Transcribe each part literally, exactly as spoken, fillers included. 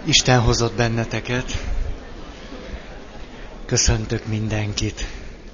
Isten hozott benneteket. Köszöntök mindenkit.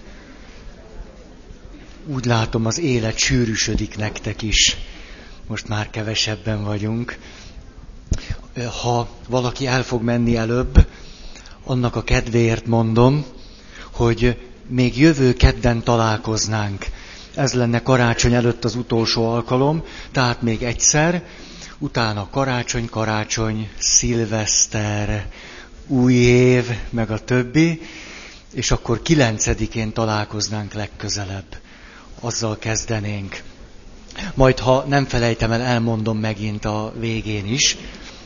Úgy látom, az élet sűrűsödik nektek is. Most már kevesebben vagyunk. Ha valaki el fog menni előbb, annak a kedvéért mondom, hogy még jövő kedden találkoznánk. Ez lenne karácsony előtt az utolsó alkalom, tehát még egyszer, utána karácsony, karácsony, szilveszter, új év, meg a többi, és akkor kilencedikén találkoznánk legközelebb. Azzal kezdenénk. Majd, ha nem felejtem el, elmondom megint a végén is.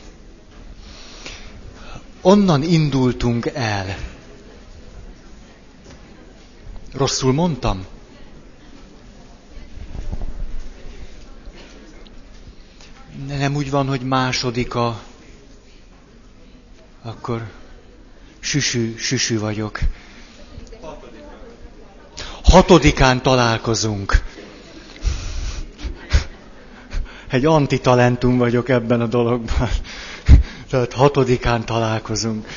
Onnan indultunk el. Rosszul mondtam? Nem úgy van, hogy másodika, akkor süsű, süsű vagyok. Hatodikán találkozunk. Egy antitalentum vagyok ebben a dologban. Tehát hatodikán találkozunk.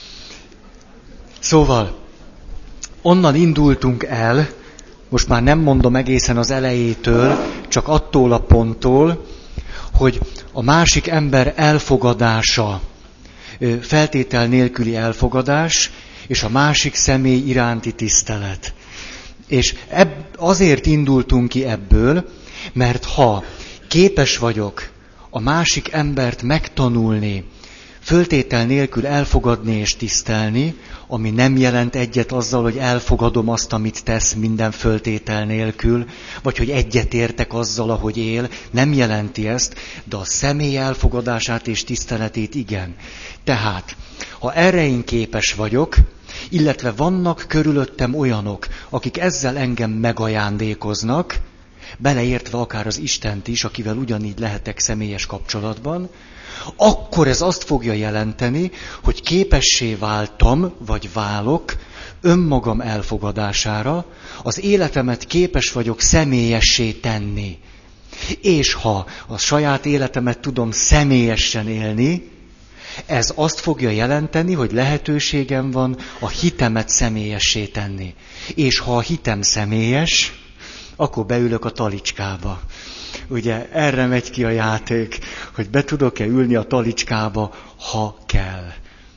Szóval, onnan indultunk el, most már nem mondom egészen az elejétől, csak attól a ponttól, hogy a másik ember elfogadása, feltétel nélküli elfogadás, és a másik személy iránti tisztelet. És ebb, azért indultunk ki ebből, mert ha képes vagyok a másik embert megtanulni, föltétel nélkül elfogadni és tisztelni, ami nem jelent egyet azzal, hogy elfogadom azt, amit tesz minden föltétel nélkül, vagy hogy egyetértek azzal, ahogy él, nem jelenti ezt, de a személy elfogadását és tiszteletét igen. Tehát, ha erre én képes vagyok, illetve vannak körülöttem olyanok, akik ezzel engem megajándékoznak, beleértve akár az Istent is, akivel ugyanígy lehetek személyes kapcsolatban, akkor ez azt fogja jelenteni, hogy képessé váltam, vagy válok önmagam elfogadására, az életemet képes vagyok személyessé tenni. És ha a saját életemet tudom személyesen élni, ez azt fogja jelenteni, hogy lehetőségem van a hitemet személyessé tenni. És ha a hitem személyes, akkor beülök a talicskába. Ugye erre megy ki a játék, hogy be tudok-e ülni a talicskába, ha kell.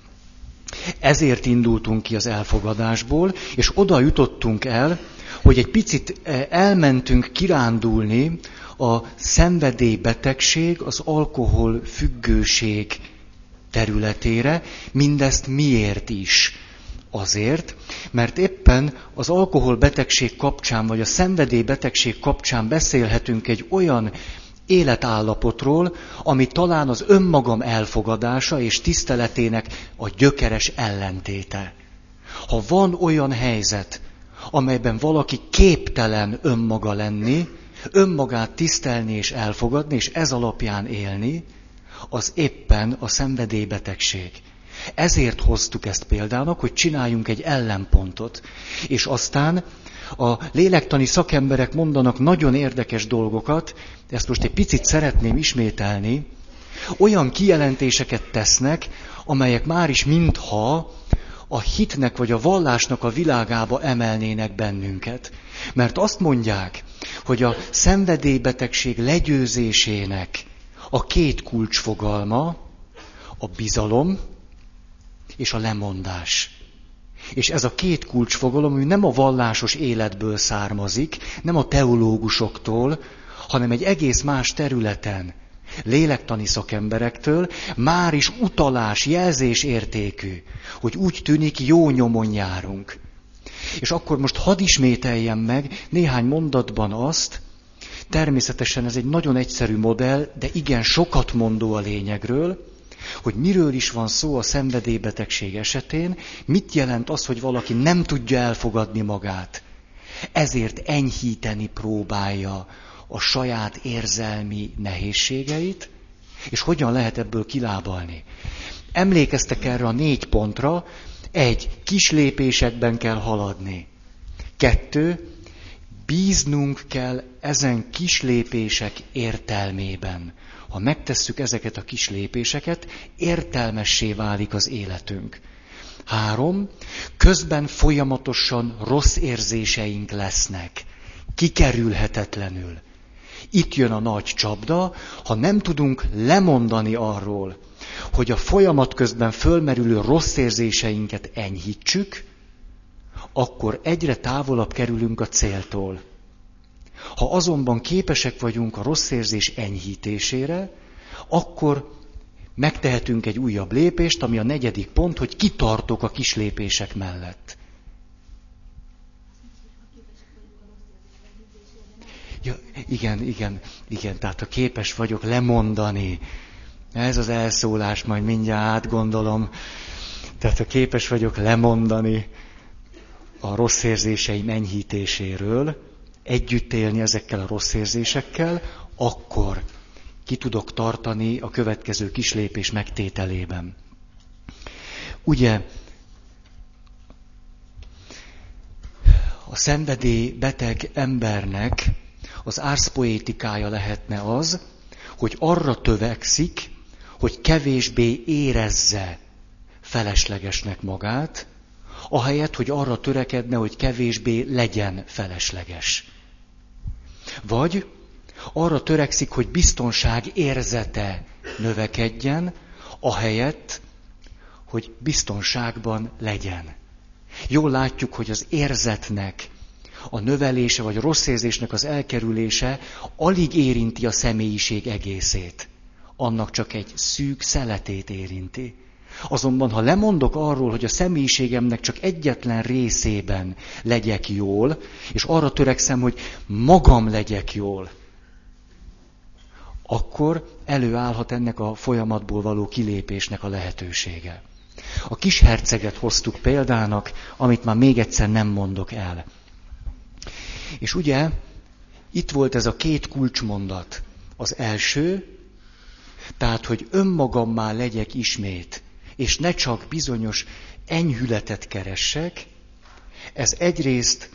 Ezért indultunk ki az elfogadásból, és oda jutottunk el, hogy egy picit elmentünk kirándulni a szenvedélybetegség, az alkoholfüggőség területére, mindezt miért is? Azért, mert éppen az alkoholbetegség kapcsán, vagy a szenvedélybetegség kapcsán beszélhetünk egy olyan életállapotról, ami talán az önmagam elfogadása és tiszteletének a gyökeres ellentéte. Ha van olyan helyzet, amelyben valaki képtelen önmaga lenni, önmagát tisztelni és elfogadni, és ez alapján élni, az éppen a szenvedélybetegség. Ezért hoztuk ezt példának, hogy csináljunk egy ellenpontot, és aztán a lélektani szakemberek mondanak nagyon érdekes dolgokat, ezt most egy picit szeretném ismételni, olyan kijelentéseket tesznek, amelyek már is mintha a hitnek vagy a vallásnak a világába emelnének bennünket. Mert azt mondják, hogy a szenvedélybetegség legyőzésének a két kulcsfogalma a bizalom és a lemondás. És ez a két kulcsfogalom, ami nem a vallásos életből származik, nem a teológusoktól, hanem egy egész más területen, lélektani szakemberektől, már is utalás, jelzés értékű, hogy úgy tűnik, jó nyomon járunk. És akkor most hadd ismételjem meg néhány mondatban azt, természetesen ez egy nagyon egyszerű modell, de igen sokat mondó a lényegről, hogy miről is van szó a szenvedélybetegség esetén, mit jelent az, hogy valaki nem tudja elfogadni magát. Ezért enyhíteni próbálja a saját érzelmi nehézségeit, és hogyan lehet ebből kilábalni. Emlékeztek erre a négy pontra, egy, kis lépésekben kell haladni. Kettő, Bíznunk kell ezen kis lépések értelmében. Ha megtesszük ezeket a kis lépéseket, értelmessé válik az életünk. Három, közben folyamatosan rossz érzéseink lesznek. Kikerülhetetlenül. Itt jön a nagy csapda, ha nem tudunk lemondani arról, hogy a folyamat közben fölmerülő rossz érzéseinket enyhítsük, akkor egyre távolabb kerülünk a céltól. Ha azonban képesek vagyunk a rossz érzés enyhítésére, akkor megtehetünk egy újabb lépést, ami a negyedik pont, hogy kitartok a kis lépések mellett. Ja, igen, igen, igen, tehát ha képes vagyok lemondani, ez az elszólás, majd mindjárt átgondolom, tehát ha képes vagyok lemondani a rossz érzéseim enyhítéséről, együtt élni ezekkel a rossz érzésekkel, akkor ki tudok tartani a következő kis lépés megtételében. Ugye, a szenvedélybeteg embernek az árszpoétikája lehetne az, hogy arra törekszik, hogy kevésbé érezze feleslegesnek magát, ahelyett, hogy arra törekedne, hogy kevésbé legyen felesleges. Vagy arra törekszik, hogy biztonság érzete növekedjen, ahelyett, hogy biztonságban legyen. Jól látjuk, hogy az érzetnek a növelése, vagy a rossz érzésnek az elkerülése alig érinti a személyiség egészét. Annak csak egy szűk szeletét érinti. Azonban, ha lemondok arról, hogy a személyiségemnek csak egyetlen részében legyek jól, és arra törekszem, hogy magam legyek jól, akkor előállhat ennek a folyamatból való kilépésnek a lehetősége. A kis herceget hoztuk példának, amit már még egyszer nem mondok el. És ugye, itt volt ez a két kulcsmondat. Az első, tehát, hogy önmagammá legyek ismét, és ne csak bizonyos enyhületet keressek, ez egyrészt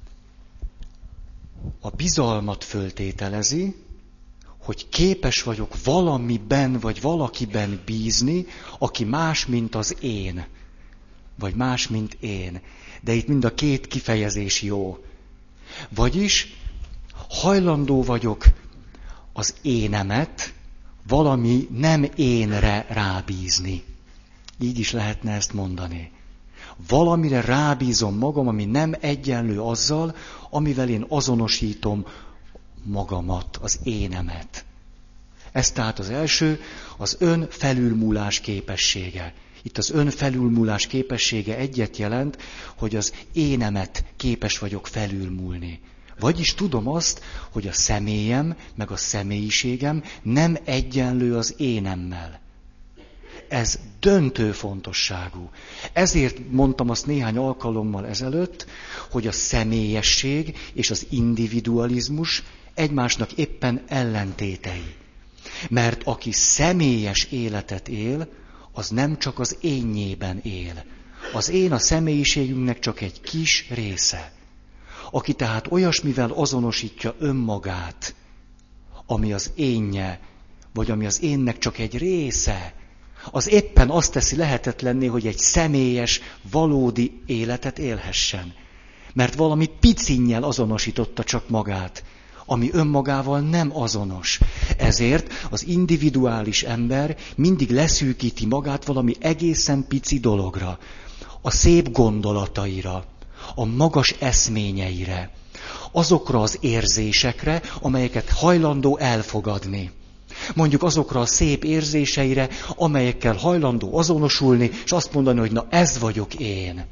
a bizalmat föltételezi, hogy képes vagyok valamiben vagy valakiben bízni, aki más, mint az én, vagy más, mint én. De itt mind a két kifejezés jó. Vagyis hajlandó vagyok az énemet valami nem énre rábízni. Így is lehetne ezt mondani. Valamire rábízom magam, ami nem egyenlő azzal, amivel én azonosítom magamat, az énemet. Ez tehát az első, az ön felülmúlás képessége. Itt az ön felülmúlás képessége egyet jelent, hogy az énemet képes vagyok felülmúlni. Vagyis tudom azt, hogy a személyem, meg a személyiségem nem egyenlő az énemmel. Ez döntő fontosságú. Ezért mondtam azt néhány alkalommal ezelőtt, hogy a személyesség és az individualizmus egymásnak éppen ellentétei. Mert aki személyes életet él, az nem csak az énjében él. Az én a személyiségünknek csak egy kis része. Aki tehát olyasmivel azonosítja önmagát, ami az énje, vagy ami az énnek csak egy része, az éppen azt teszi lehetetlenné, hogy egy személyes, valódi életet élhessen. Mert valami picinnyel azonosította csak magát, ami önmagával nem azonos. Ezért az individuális ember mindig leszűkíti magát valami egészen pici dologra. A szép gondolataira, a magas eszményeire, azokra az érzésekre, amelyeket hajlandó elfogadni. Mondjuk azokra a szép érzéseire, amelyekkel hajlandó azonosulni, és azt mondani, hogy na ez vagyok én.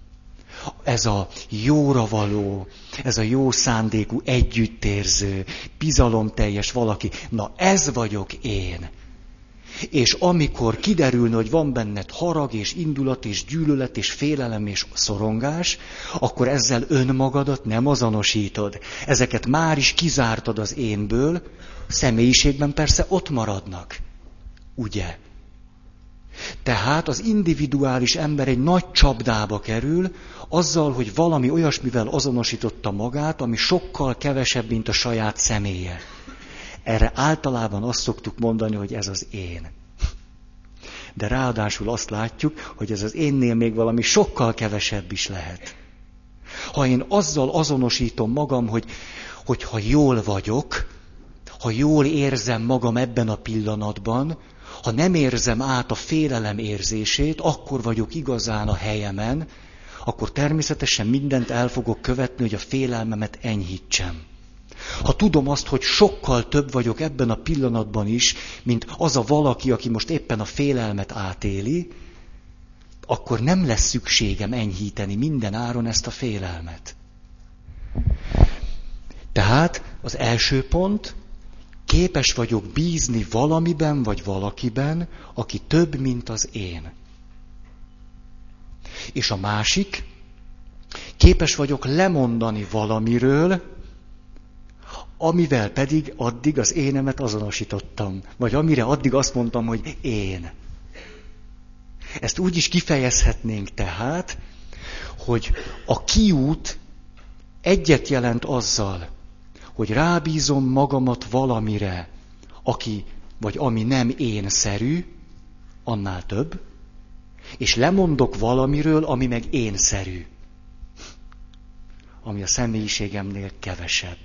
Ez a jóra való, ez a jó szándékú, együttérző, bizalomteljes valaki, na ez vagyok én. És amikor kiderülne, hogy van benned harag és indulat és gyűlölet és félelem és szorongás, akkor ezzel önmagadat nem azonosítod. Ezeket már is kizártad az énből, személyiségben persze ott maradnak. Ugye? Tehát az individuális ember egy nagy csapdába kerül, azzal, hogy valami olyasmivel azonosította magát, ami sokkal kevesebb, mint a saját személye. Erre általában azt szoktuk mondani, hogy ez az én. De ráadásul azt látjuk, hogy ez az énnél még valami sokkal kevesebb is lehet. Ha én azzal azonosítom magam, hogy, hogy ha jól vagyok, ha jól érzem magam ebben a pillanatban, ha nem érzem át a félelem érzését, akkor vagyok igazán a helyemen, akkor természetesen mindent el fogok követni, hogy a félelmemet enyhítsem. Ha tudom azt, hogy sokkal több vagyok ebben a pillanatban is, mint az a valaki, aki most éppen a félelmet átéli, akkor nem lesz szükségem enyhíteni minden áron ezt a félelmet. Tehát az első pont, képes vagyok bízni valamiben vagy valakiben, aki több, mint az én. És a másik, képes vagyok lemondani valamiről, amivel pedig addig az énemet azonosítottam. Vagy amire addig azt mondtam, hogy én. Ezt úgy is kifejezhetnénk tehát, hogy a kiút egyet jelent azzal, hogy rábízom magamat valamire, aki vagy ami nem énszerű, annál több, és lemondok valamiről, ami meg énszerű, ami a személyiségemnél kevesebb.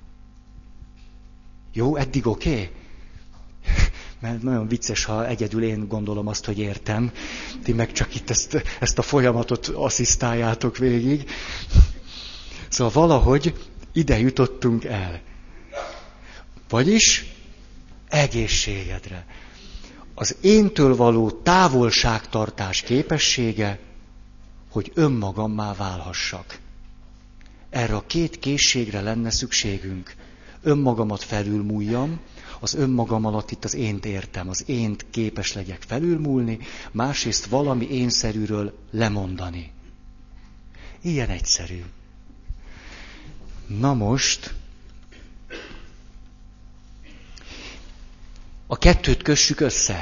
Jó, eddig oké? Okay? Mert nagyon vicces, ha egyedül én gondolom azt, hogy értem. Ti meg csak itt ezt, ezt a folyamatot asszisztáljátok végig. Szóval valahogy ide jutottunk el. Vagyis egészségedre. Az éntől való távolságtartás képessége, hogy önmagammá válhassak. Erre a két készségre lenne szükségünk. Önmagamat felülmúljam, az önmagam alatt itt az ént értem, az ént képes legyek felülmúlni, másrészt valami énszerűről lemondani. Ilyen egyszerű. Na most, a kettőt kössük össze.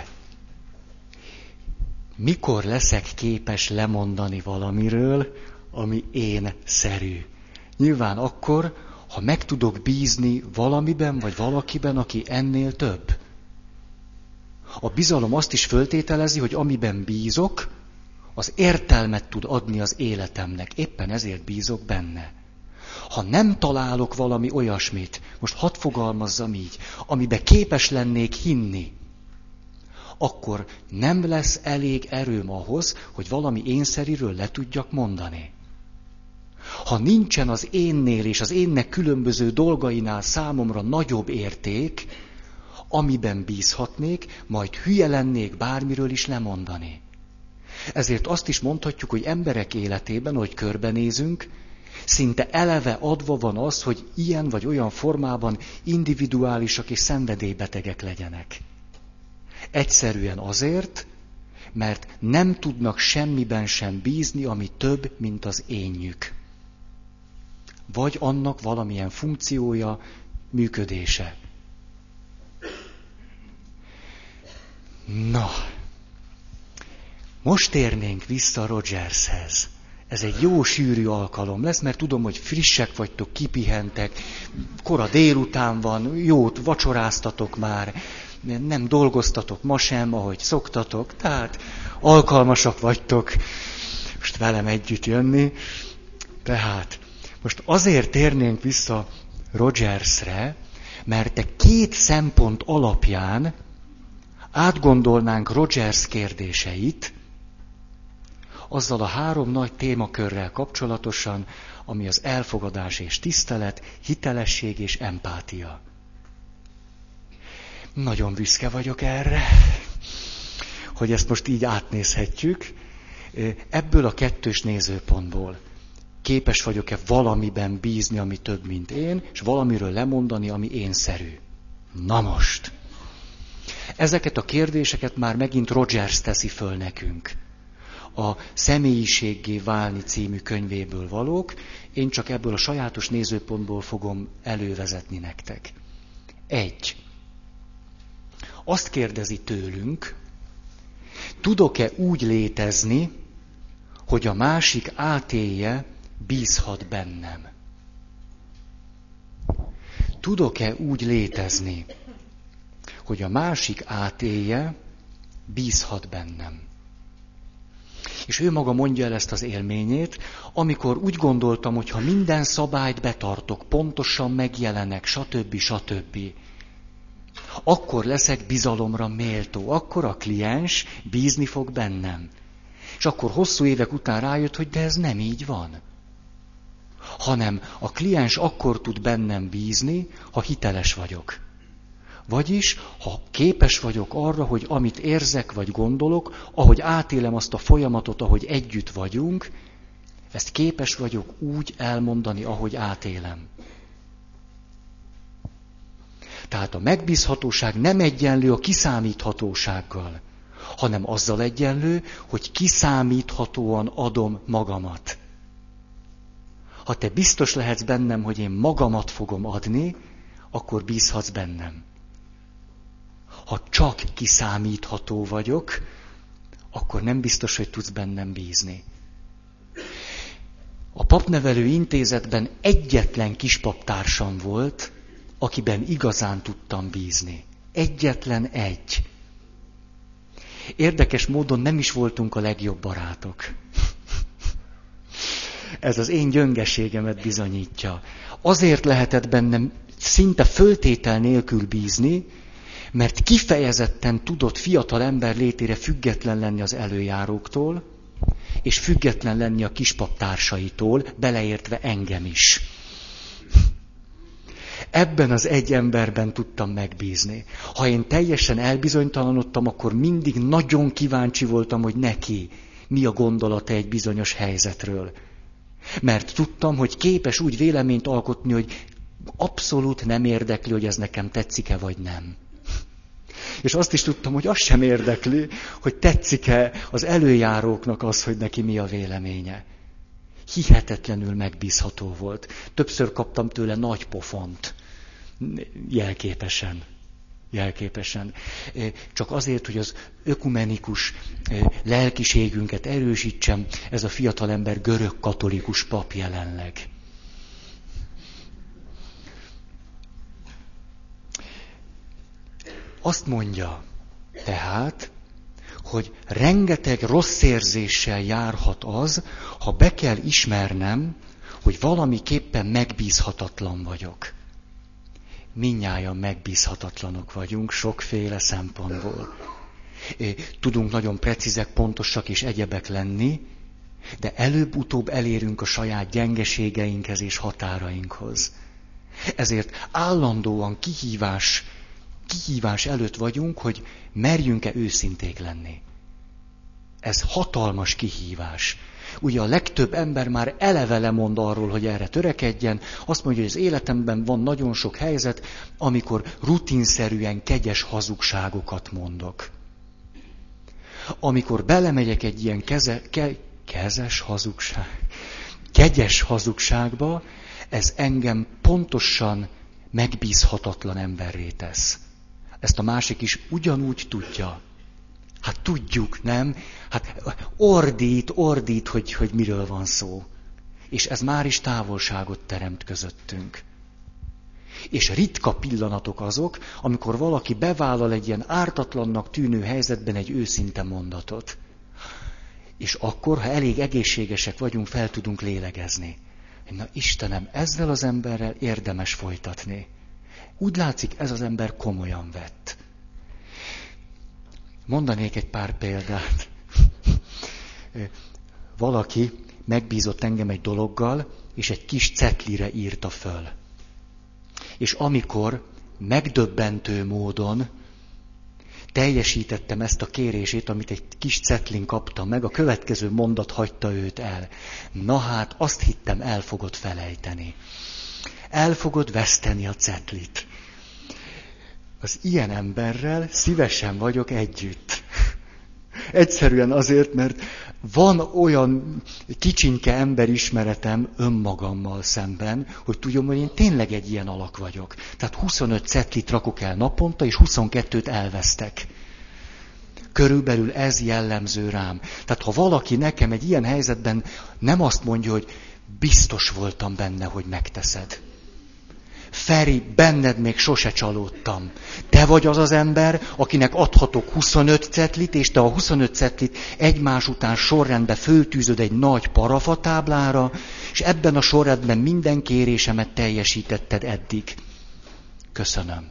Mikor leszek képes lemondani valamiről, ami én-szerű? Nyilván akkor, ha meg tudok bízni valamiben vagy valakiben, aki ennél több. A bizalom azt is föltételezi, hogy amiben bízok, az értelmet tud adni az életemnek. Éppen ezért bízok benne. Ha nem találok valami olyasmit, most hadd fogalmazzam így, amiben képes lennék hinni, akkor nem lesz elég erőm ahhoz, hogy valami énszerűről le tudjak mondani. Ha nincsen az énnél és az énnek különböző dolgainál számomra nagyobb érték, amiben bízhatnék, majd hülye lennék bármiről is lemondani. Ezért azt is mondhatjuk, hogy emberek életében, hogy körbenézünk, szinte eleve adva van az, hogy ilyen vagy olyan formában individuálisak és szenvedélybetegek legyenek. Egyszerűen azért, mert nem tudnak semmiben sem bízni, ami több, mint az énjük. Vagy annak valamilyen funkciója, működése. Na, most térnénk vissza Rogershez. Ez egy jó sűrű alkalom lesz, mert tudom, hogy frissek vagytok, kipihentek, kora délután van, jót vacsoráztatok már, nem dolgoztatok ma sem, ahogy szoktatok, tehát alkalmasak vagytok most velem együtt jönni. Tehát most azért térnénk vissza Rogersre, mert te két szempont alapján átgondolnánk Rogers kérdéseit, azzal a három nagy témakörrel kapcsolatosan, ami az elfogadás és tisztelet, hitelesség és empátia. Nagyon büszke vagyok erre, hogy ezt most így átnézhetjük. Ebből a kettős nézőpontból képes vagyok-e valamiben bízni, ami több, mint én, és valamiről lemondani, ami énszerű. Na most! Ezeket a kérdéseket már megint Rogers teszi föl nekünk. A Személyiséggé válni című könyvéből valók, én csak ebből a sajátos nézőpontból fogom elővezetni nektek. Egy. Azt kérdezi tőlünk, Tudok-e úgy létezni, hogy a másik átélje, bízhat bennem? Tudok-e úgy létezni, hogy a másik átélje, bízhat bennem? És ő maga mondja el ezt az élményét, amikor úgy gondoltam, hogy ha minden szabályt betartok, pontosan megjelenek, stb. stb., akkor leszek bizalomra méltó, akkor a kliens bízni fog bennem. És akkor hosszú évek után rájött, hogy de ez nem így van. Hanem a kliens akkor tud bennem bízni, ha hiteles vagyok. Vagyis, ha képes vagyok arra, hogy amit érzek vagy gondolok, ahogy átélem azt a folyamatot, ahogy együtt vagyunk, ezt képes vagyok úgy elmondani, ahogy átélem. Tehát a megbízhatóság nem egyenlő a kiszámíthatósággal, hanem azzal egyenlő, hogy kiszámíthatóan adom magamat. Ha te biztos lehetsz bennem, hogy én magamat fogom adni, akkor bízhatsz bennem. Ha csak kiszámítható vagyok, akkor nem biztos, hogy tudsz bennem bízni. A papnevelő intézetben egyetlen kispaptársam volt, akiben igazán tudtam bízni. Egyetlen egy. Érdekes módon nem is voltunk a legjobb barátok. Ez az én gyöngeségemet bizonyítja. Azért lehetett bennem szinte föltétel nélkül bízni, mert kifejezetten tudott fiatal ember létére független lenni az előjáróktól, és független lenni a kispaptársaitól, beleértve engem is. Ebben az egy emberben tudtam megbízni. Ha én teljesen elbizonytalanodtam, akkor mindig nagyon kíváncsi voltam, hogy neki mi a gondolata egy bizonyos helyzetről. Mert tudtam, hogy képes úgy véleményt alkotni, hogy abszolút nem érdekli, hogy ez nekem tetszik-e vagy nem. És azt is tudtam, hogy az sem érdekli, hogy tetszik-e az előjáróknak az, hogy neki mi a véleménye. Hihetetlenül megbízható volt. Többször kaptam tőle nagy pofont. Jelképesen. Jelképesen. Csak azért, hogy az ökumenikus lelkiségünket erősítsem, ez a fiatalember görög katolikus pap jelenleg. Azt mondja tehát, hogy rengeteg rossz érzéssel járhat az, ha be kell ismernem, hogy valamiképpen megbízhatatlan vagyok. Mindnyájan megbízhatatlanok vagyunk sokféle szempontból. Tudunk nagyon precízek, pontosak és egyebek lenni, de előbb-utóbb elérünk a saját gyengeségeinkhez és határainkhoz. Ezért állandóan kihívás, kihívás előtt vagyunk, hogy merjünk-e őszinték lenni. Ez hatalmas kihívás. Ugye a legtöbb ember már eleve lemond arról, hogy erre törekedjen. Azt mondja, hogy az életemben van nagyon sok helyzet, amikor rutinszerűen kegyes hazugságokat mondok. Amikor belemegyek egy ilyen keze, ke, kezes hazugság, kegyes hazugságba, ez engem pontosan megbízhatatlan emberré tesz. Ezt a másik is ugyanúgy tudja. Hát tudjuk, nem? Hát ordít, ordít, hogy, hogy miről van szó. És ez már is távolságot teremt közöttünk. És ritka pillanatok azok, amikor valaki bevállal egy ilyen ártatlannak tűnő helyzetben egy őszinte mondatot. És akkor, ha elég egészségesek vagyunk, fel tudunk lélegezni. Na Istenem, ezzel az emberrel érdemes folytatni. Úgy látszik, ez az ember komolyan vett. Mondanék egy pár példát. Valaki megbízott engem egy dologgal, és egy kis cetlire írta föl. És amikor megdöbbentő módon teljesítettem ezt a kérését, amit egy kis cetlin kaptam meg, a következő mondat hagyta őt el. Na hát, azt hittem, el fogod felejteni. El fogod veszteni a cetlit. Az ilyen emberrel szívesen vagyok együtt. Egyszerűen azért, mert van olyan kicsinke emberismeretem önmagammal szemben, hogy tudom, hogy én tényleg egy ilyen alak vagyok. Tehát huszonöt cetlit rakok el naponta, és huszonkettőt elvesztek. Körülbelül ez jellemző rám. Tehát ha valaki nekem egy ilyen helyzetben nem azt mondja, hogy biztos voltam benne, hogy megteszed. Feri, benned még sose csalódtam. Te vagy az az ember, akinek adhatok huszonöt cetlit, és te a huszonöt cetlit egymás után sorrendbe föltűzöd egy nagy parafatáblára, és ebben a sorrendben minden kérésemet teljesítetted eddig. Köszönöm.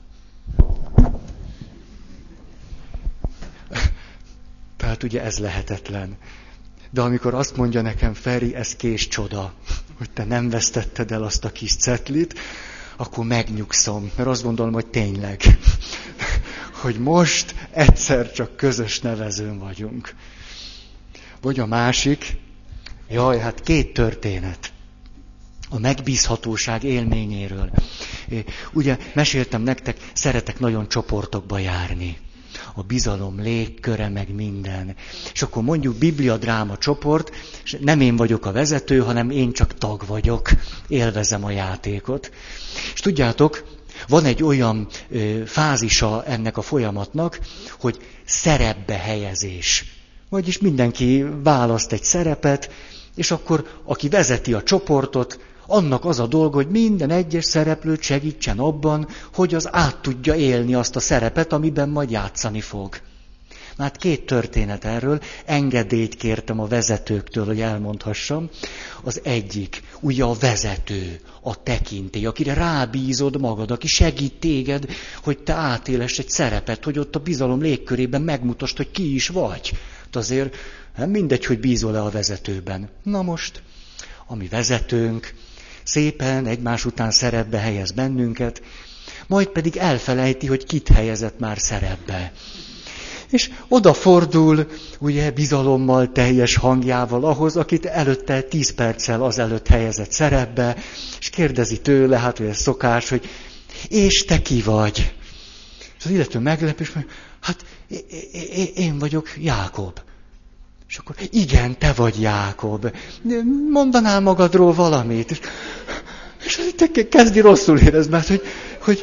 Tehát ugye ez lehetetlen. De amikor azt mondja nekem Feri, ez kés csoda, hogy te nem vesztetted el azt a kis cetlit, akkor megnyugszom, mert azt gondolom, hogy tényleg, hogy most egyszer csak közös nevezőn vagyunk. Vagy a másik, jaj, hát két történet. A megbízhatóság élményéről. Ugye meséltem nektek, szeretek nagyon csoportokba járni. A bizalom légköre, meg minden. És akkor mondjuk Biblia dráma csoport, és nem én vagyok a vezető, hanem én csak tag vagyok. Élvezem a játékot. És tudjátok, van egy olyan ö, fázisa ennek a folyamatnak, hogy szerepbe helyezés. Vagyis mindenki választ egy szerepet, és akkor aki vezeti a csoportot, annak az a dolga, hogy minden egyes szereplőt segítsen abban, hogy az át tudja élni azt a szerepet, amiben majd játszani fog. Hát két történet erről, engedélyt kértem a vezetőktől, hogy elmondhassam. Az egyik, ugye a vezető, a tekintély, akire rábízod magad, aki segít téged, hogy te átéless egy szerepet, hogy ott a bizalom légkörében megmutasd, hogy ki is vagy. Hát azért nem mindegy, hogy bízol-e a vezetőben. Na most, a mi vezetőnk szépen egymás után szerepbe helyez bennünket, majd pedig elfelejti, hogy kit helyezett már szerepbe. És odafordul, ugye bizalommal, teljes hangjával ahhoz, akit előtte tíz perccel azelőtt helyezett szerepbe, és kérdezi tőle, hát hogy ez szokás, hogy és te ki vagy? És az illető meglep, és mondja, hát én vagyok Jákob. És akkor, igen, te vagy Jákob. Mondanál magadról valamit? És, és te kezdi rosszul érezni, mert hogy, hogy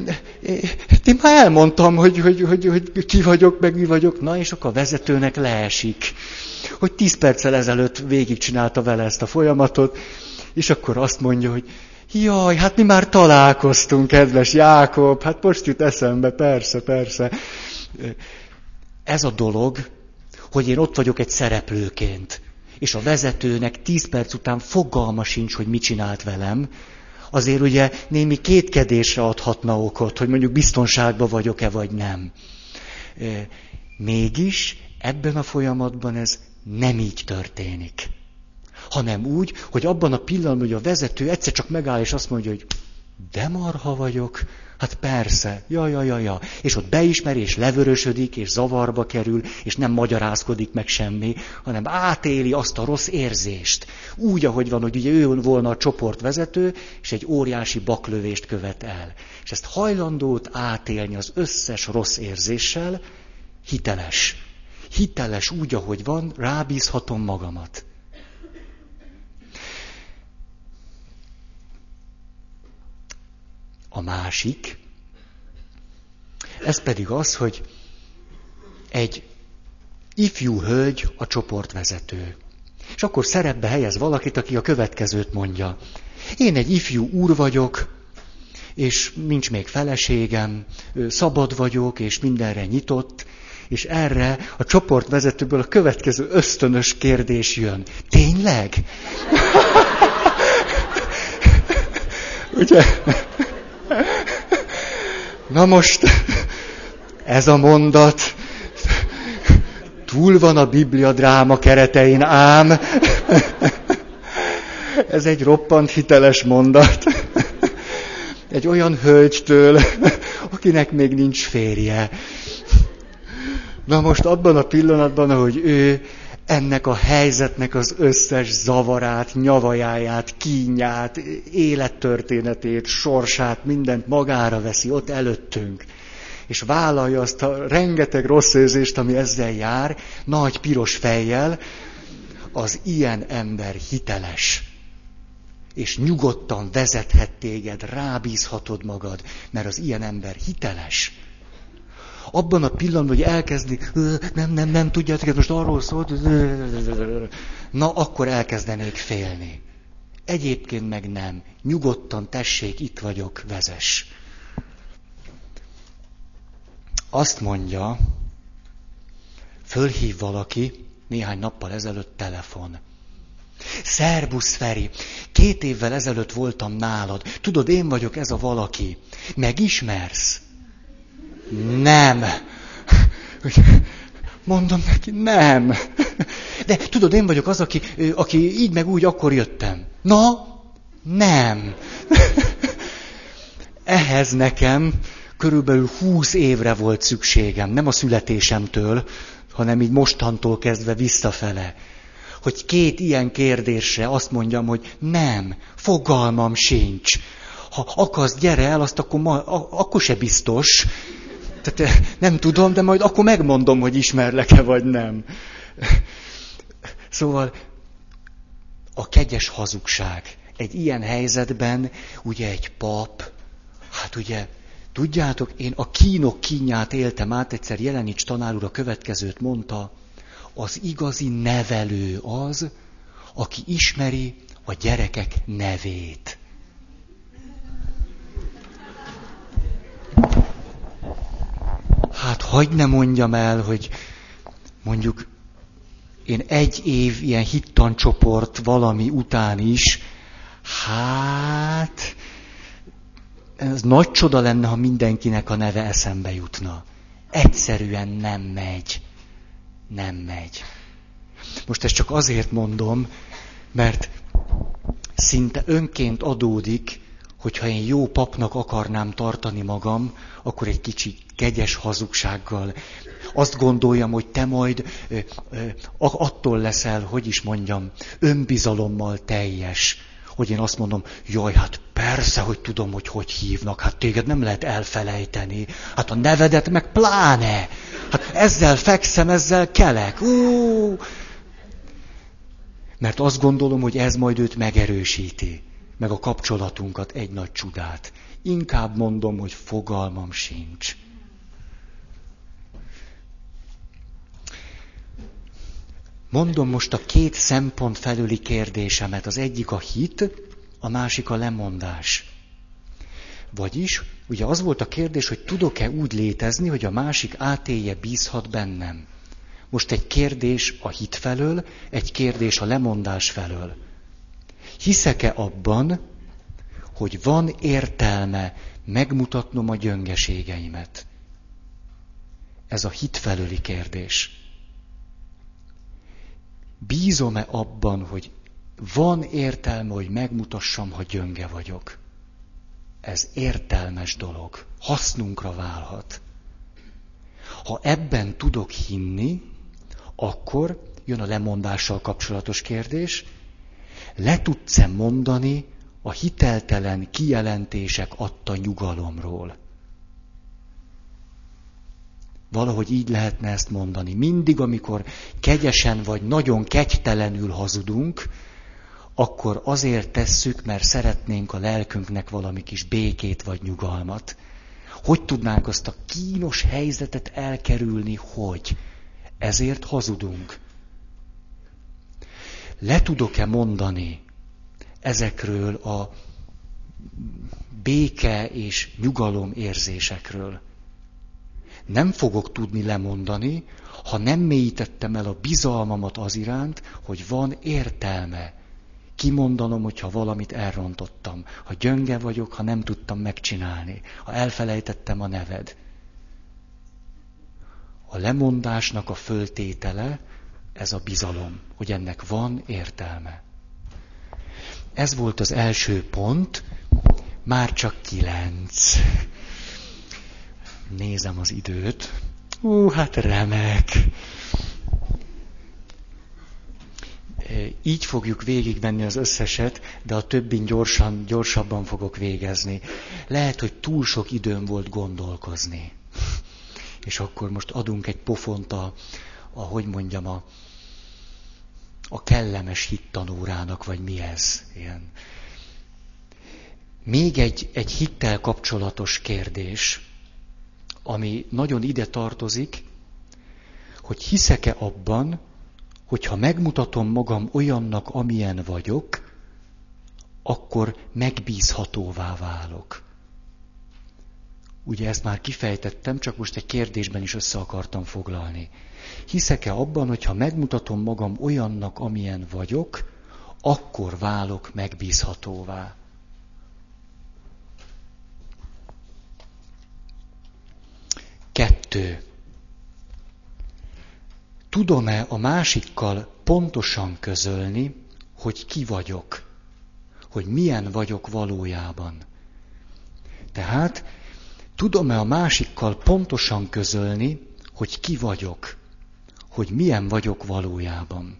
én már elmondtam, hogy, hogy, hogy, hogy ki vagyok, meg mi vagyok. Na, és akkor a vezetőnek leesik, hogy tíz perccel ezelőtt végigcsinálta vele ezt a folyamatot, és akkor azt mondja, hogy jaj, hát mi már találkoztunk, kedves Jákob, hát most jut eszembe, persze, persze. Ez a dolog, hogy én ott vagyok egy szereplőként, és a vezetőnek tíz perc után fogalma sincs, hogy mit csinált velem, azért ugye némi kétkedésre adhatna okot, hogy mondjuk biztonságban vagyok-e vagy nem. Mégis ebben a folyamatban ez nem így történik. Hanem úgy, hogy abban a pillanatban, hogy a vezető egyszer csak megáll és azt mondja, hogy de marha vagyok, hát persze, ja, ja, ja, ja. És ott beismeri, és levörösödik, és zavarba kerül, és nem magyarázkodik meg semmi, hanem átéli azt a rossz érzést. Úgy, ahogy van, hogy ugye ő volna a csoportvezető, és egy óriási baklövést követ el. És ezt hajlandót átélni az összes rossz érzéssel, hiteles. Hiteles úgy, ahogy van, rábízhatom magamat. A másik, ez pedig az, hogy egy ifjú hölgy a csoportvezető. És akkor szerepbe helyez valakit, aki a következőt mondja. Én egy ifjú úr vagyok, és nincs még feleségem, szabad vagyok, és mindenre nyitott, és erre a csoportvezetőből a következő ösztönös kérdés jön. Tényleg? Ugye? Na most, ez a mondat túl van a Biblia dráma keretein, ám ez egy roppant hiteles mondat. Egy olyan hölgytől, akinek még nincs férje. Na most abban a pillanatban, ahogy ő ennek a helyzetnek az összes zavarát, nyavajáját, kínját, élettörténetét, sorsát, mindent magára veszi ott előttünk. És vállalja azt a rengeteg rossz érzést, ami ezzel jár, nagy piros fejjel, az ilyen ember hiteles. És nyugodtan vezethet téged, rábízhatod magad, mert az ilyen ember hiteles. Abban a pillanatban, hogy elkezdi, nem, nem, nem, tudjátok, ez most arról szólt, na, akkor elkezdenék félni. Egyébként meg nem. Nyugodtan, tessék, itt vagyok, vezess. Azt mondja, fölhív valaki, néhány nappal ezelőtt telefon. Szerbusz, Feri, két évvel ezelőtt voltam nálad. Tudod, én vagyok ez a valaki. Megismersz? Nem. Mondom neki, nem. De tudod, én vagyok az, aki, aki így meg úgy akkor jöttem. Na, nem. Ehhez nekem körülbelül húsz évre volt szükségem, nem a születésemtől, hanem így mostantól kezdve visszafele. Hogy két ilyen kérdésre azt mondjam, hogy nem, fogalmam sincs. Ha akarsz, gyere el, azt akkor, ma, akkor se biztos. Tehát nem tudom, de majd akkor megmondom, hogy ismerlek-e vagy nem. Szóval a kegyes hazugság. Egy ilyen helyzetben ugye egy pap, hát ugye, tudjátok, én a kínok kínját éltem át, egyszer Jelenics tanár úr a következőt mondta, az igazi nevelő az, aki ismeri a gyerekek nevét. Hát hagyd ne mondjam el, hogy mondjuk én egy év ilyen hittancsoport valami után is, hát ez nagy csoda lenne, ha mindenkinek a neve eszembe jutna. Egyszerűen nem megy. Nem megy. Most ezt csak azért mondom, mert szinte önként adódik, hogyha én jó papnak akarnám tartani magam, akkor egy kicsi kegyes hazugsággal. Azt gondoljam, hogy te majd ö, ö, attól leszel, hogy is mondjam, önbizalommal teljes, hogy én azt mondom, jaj, hát persze, hogy tudom, hogy hogy hívnak, hát téged nem lehet elfelejteni, hát a nevedet meg pláne, hát ezzel fekszem, ezzel kelek, ú! Mert azt gondolom, hogy ez majd őt megerősíti, meg a kapcsolatunkat, egy nagy csodát. Inkább mondom, hogy fogalmam sincs. Mondom most a két szempont felüli kérdésemet. Az egyik a hit, a másik a lemondás. Vagyis, ugye az volt a kérdés, hogy tudok-e úgy létezni, hogy a másik átélje, bízhat bennem. Most egy kérdés a hit felől, egy kérdés a lemondás felől. Hiszek-e abban, hogy van értelme megmutatnom a gyöngeségeimet? Ez a hit felőli kérdés. Bízom-e abban, hogy van értelme, hogy megmutassam, ha gyönge vagyok? Ez értelmes dolog. Hasznunkra válhat. Ha ebben tudok hinni, akkor jön a lemondással kapcsolatos kérdés. Le tudsz-e mondani a hiteltelen kijelentések adta nyugalomról? Valahogy így lehetne ezt mondani. Mindig, amikor kegyesen vagy nagyon kegytelenül hazudunk, akkor azért tesszük, mert szeretnénk a lelkünknek valami kis békét vagy nyugalmat. Hogy tudnánk azt a kínos helyzetet elkerülni, hogy ezért hazudunk? Le tudok-e mondani ezekről a béke és nyugalom érzésekről? Nem fogok tudni lemondani, ha nem mélyítettem el a bizalmamat az iránt, hogy van értelme kimondanom, hogyha valamit elrontottam. Ha gyönge vagyok, ha nem tudtam megcsinálni, ha elfelejtettem a neved. A lemondásnak a föltétele, ez a bizalom, hogy ennek van értelme. Ez volt az első pont, már csak kilenc. Nézem az időt. Ú, hát remek. Így fogjuk végigvenni az összeset, de a többin gyorsan, gyorsabban fogok végezni. Lehet, hogy túl sok időm volt gondolkozni. És akkor most adunk egy pofont a, a hogy mondjam, a, a kellemes hittanórának, vagy mi ez? Ilyen. Még egy, egy hittel kapcsolatos kérdés. ami nagyon ide tartozik, hogy hiszek-e abban, hogyha megmutatom magam olyannak, amilyen vagyok, akkor megbízhatóvá válok. Ugye ezt már kifejtettem, csak most egy kérdésben is össze akartam foglalni. Hiszek-e abban, hogyha megmutatom magam olyannak, amilyen vagyok, akkor válok megbízhatóvá? Kettő. Tudom-e a másikkal pontosan közölni, hogy ki vagyok? Hogy milyen vagyok valójában? Tehát tudom-e a másikkal pontosan közölni, hogy ki vagyok? Hogy milyen vagyok valójában?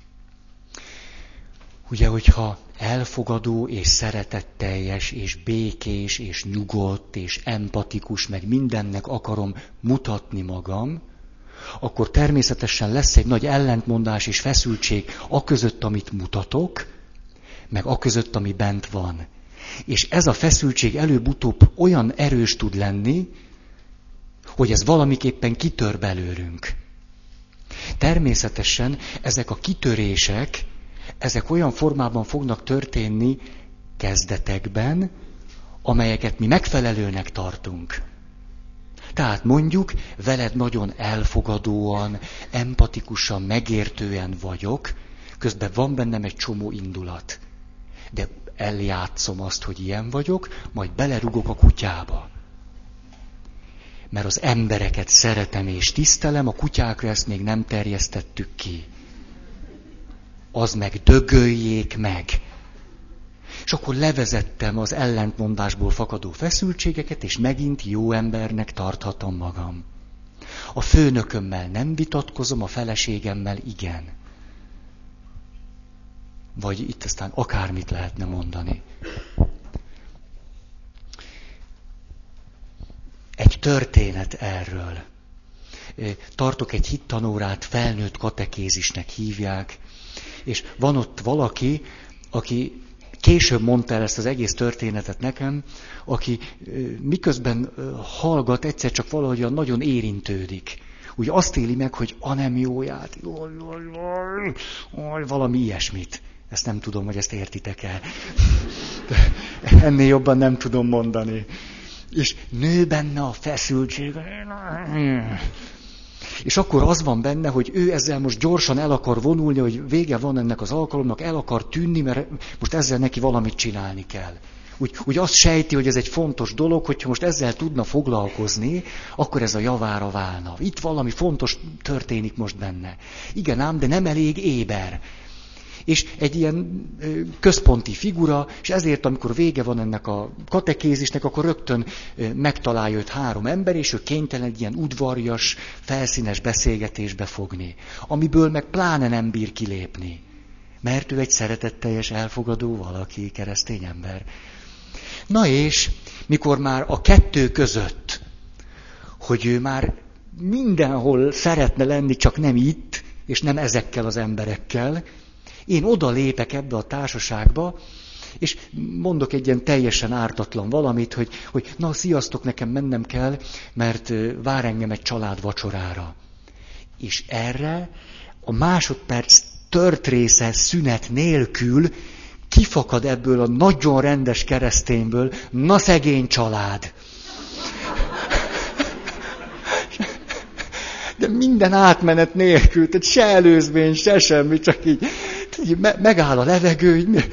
Ugye, hogyha elfogadó és szeretetteljes és békés és nyugodt és empatikus, meg mindennek akarom mutatni magam, akkor természetesen lesz egy nagy ellentmondás és feszültség aközött, amit mutatok, meg aközött, ami bent van. És ez a feszültség előbb-utóbb olyan erős tud lenni, hogy ez valamiképpen kitör belőlünk. Természetesen ezek a kitörések, ezek olyan formában fognak történni kezdetekben, amelyeket mi megfelelőnek tartunk. Tehát mondjuk, veled nagyon elfogadóan, empatikusan, megértően vagyok, közben van bennem egy csomó indulat. De eljátszom azt, hogy ilyen vagyok, majd belerugok a kutyába. Mert az embereket szeretem és tisztelem, a kutyákra ezt még nem terjesztettük ki. Az meg dögöljék meg. És akkor levezettem az ellentmondásból fakadó feszültségeket, és megint jó embernek tarthatom magam. A főnökömmel nem vitatkozom, a feleségemmel igen. Vagy itt aztán akármit lehetne mondani. Egy történet erről. Tartok egy hittanórát, felnőtt katekézisnek hívják, és van ott valaki, aki később mondta el ezt az egész történetet nekem, aki miközben hallgat, egyszer csak valahogyan nagyon érintődik. Úgy azt éli meg, hogy a nem jóját, jaj, jaj, jaj, jaj, valami ilyesmit. Ezt nem tudom, hogy ezt értitek el. De ennél jobban nem tudom mondani. És nő benne a feszültség. És akkor az van benne, hogy ő ezzel most gyorsan el akar vonulni, hogy vége van ennek az alkalomnak, el akar tűnni, mert most ezzel neki valamit csinálni kell. Úgy, úgy azt sejti, hogy ez egy fontos dolog, hogyha most ezzel tudna foglalkozni, akkor ez a javára válna. Itt valami fontos történik most benne. Igen ám, de nem elég éber. És egy ilyen központi figura, és ezért, amikor vége van ennek a katekézisnek, akkor rögtön megtalálja őt három ember, és ő kénytelen egy ilyen udvarjas, felszínes beszélgetésbe fogni, amiből meg pláne nem bír kilépni. Mert ő egy szeretetteljes, elfogadó valaki, keresztény ember. Na és, mikor már a kettő között, hogy ő már mindenhol szeretne lenni, csak nem itt, és nem ezekkel az emberekkel, én oda lépek ebbe a társaságba, és mondok egy ilyen teljesen ártatlan valamit, hogy, hogy na, sziasztok, nekem mennem kell, mert vár engem egy család vacsorára. És erre a másodperc tört része szünet nélkül kifakad ebből a nagyon rendes keresztényből, na szegény család. De minden átmenet nélkül, tehát se előzmény, se semmi, csak így, így megáll a levegő, így,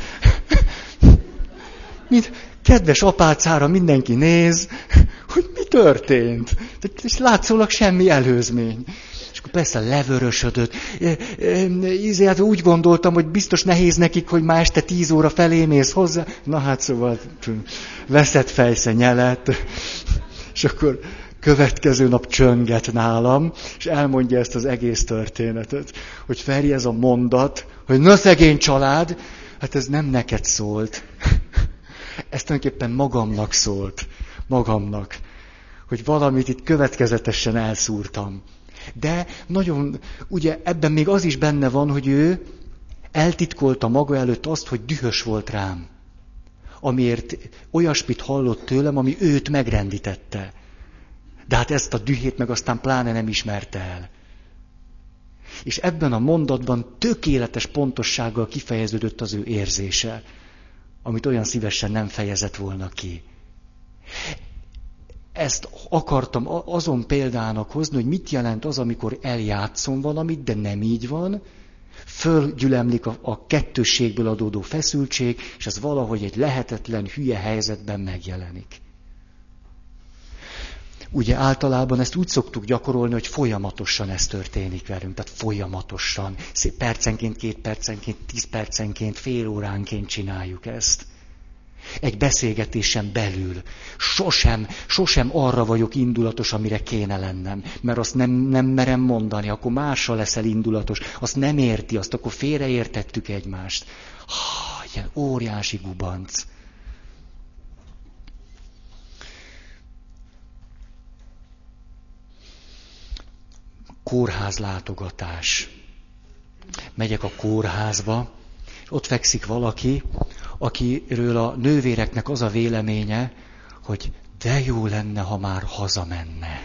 mint kedves apácára mindenki néz, hogy mi történt. És látszólag semmi előzmény. És akkor persze levörösödött. Ízé, hát úgy gondoltam, hogy biztos nehéz nekik, hogy már este tíz óra felé mész hozzá. Na hát szóval veszett fejszenyelet. És akkor következő nap csönget nálam, és elmondja ezt az egész történetet, hogy Feri, ez a mondat, hogy na szegény család, hát ez nem neked szólt. Ez tulajdonképpen magamnak szólt. Magamnak. Hogy valamit itt következetesen elszúrtam. De nagyon, ugye ebben még az is benne van, hogy ő eltitkolta maga előtt azt, hogy dühös volt rám. Amiért olyasmit hallott tőlem, ami őt megrendítette. De hát ezt a dühét meg aztán pláne nem ismerte el. És ebben a mondatban tökéletes pontossággal kifejeződött az ő érzése, amit olyan szívesen nem fejezett volna ki. Ezt akartam azon példának hozni, hogy mit jelent az, amikor eljátszom valamit, de nem így van, fölgyülemlik a, a kettősségből adódó feszültség, és ez valahogy egy lehetetlen, hülye helyzetben megjelenik. Ugye általában ezt úgy szoktuk gyakorolni, hogy folyamatosan ez történik velünk, tehát folyamatosan, szép percenként, két percenként, tíz percenként, fél óránként csináljuk ezt. Egy beszélgetésen belül sosem, sosem arra vagyok indulatos, amire kéne lennem, mert azt nem, nem merem mondani, akkor másra leszel indulatos, azt nem érti, azt akkor félreértettük egymást. Ha, ilyen óriási gubanc. Kórházlátogatás. Megyek a kórházba, és ott fekszik valaki, akiről a nővéreknek az a véleménye, hogy de jó lenne, ha már hazamenne.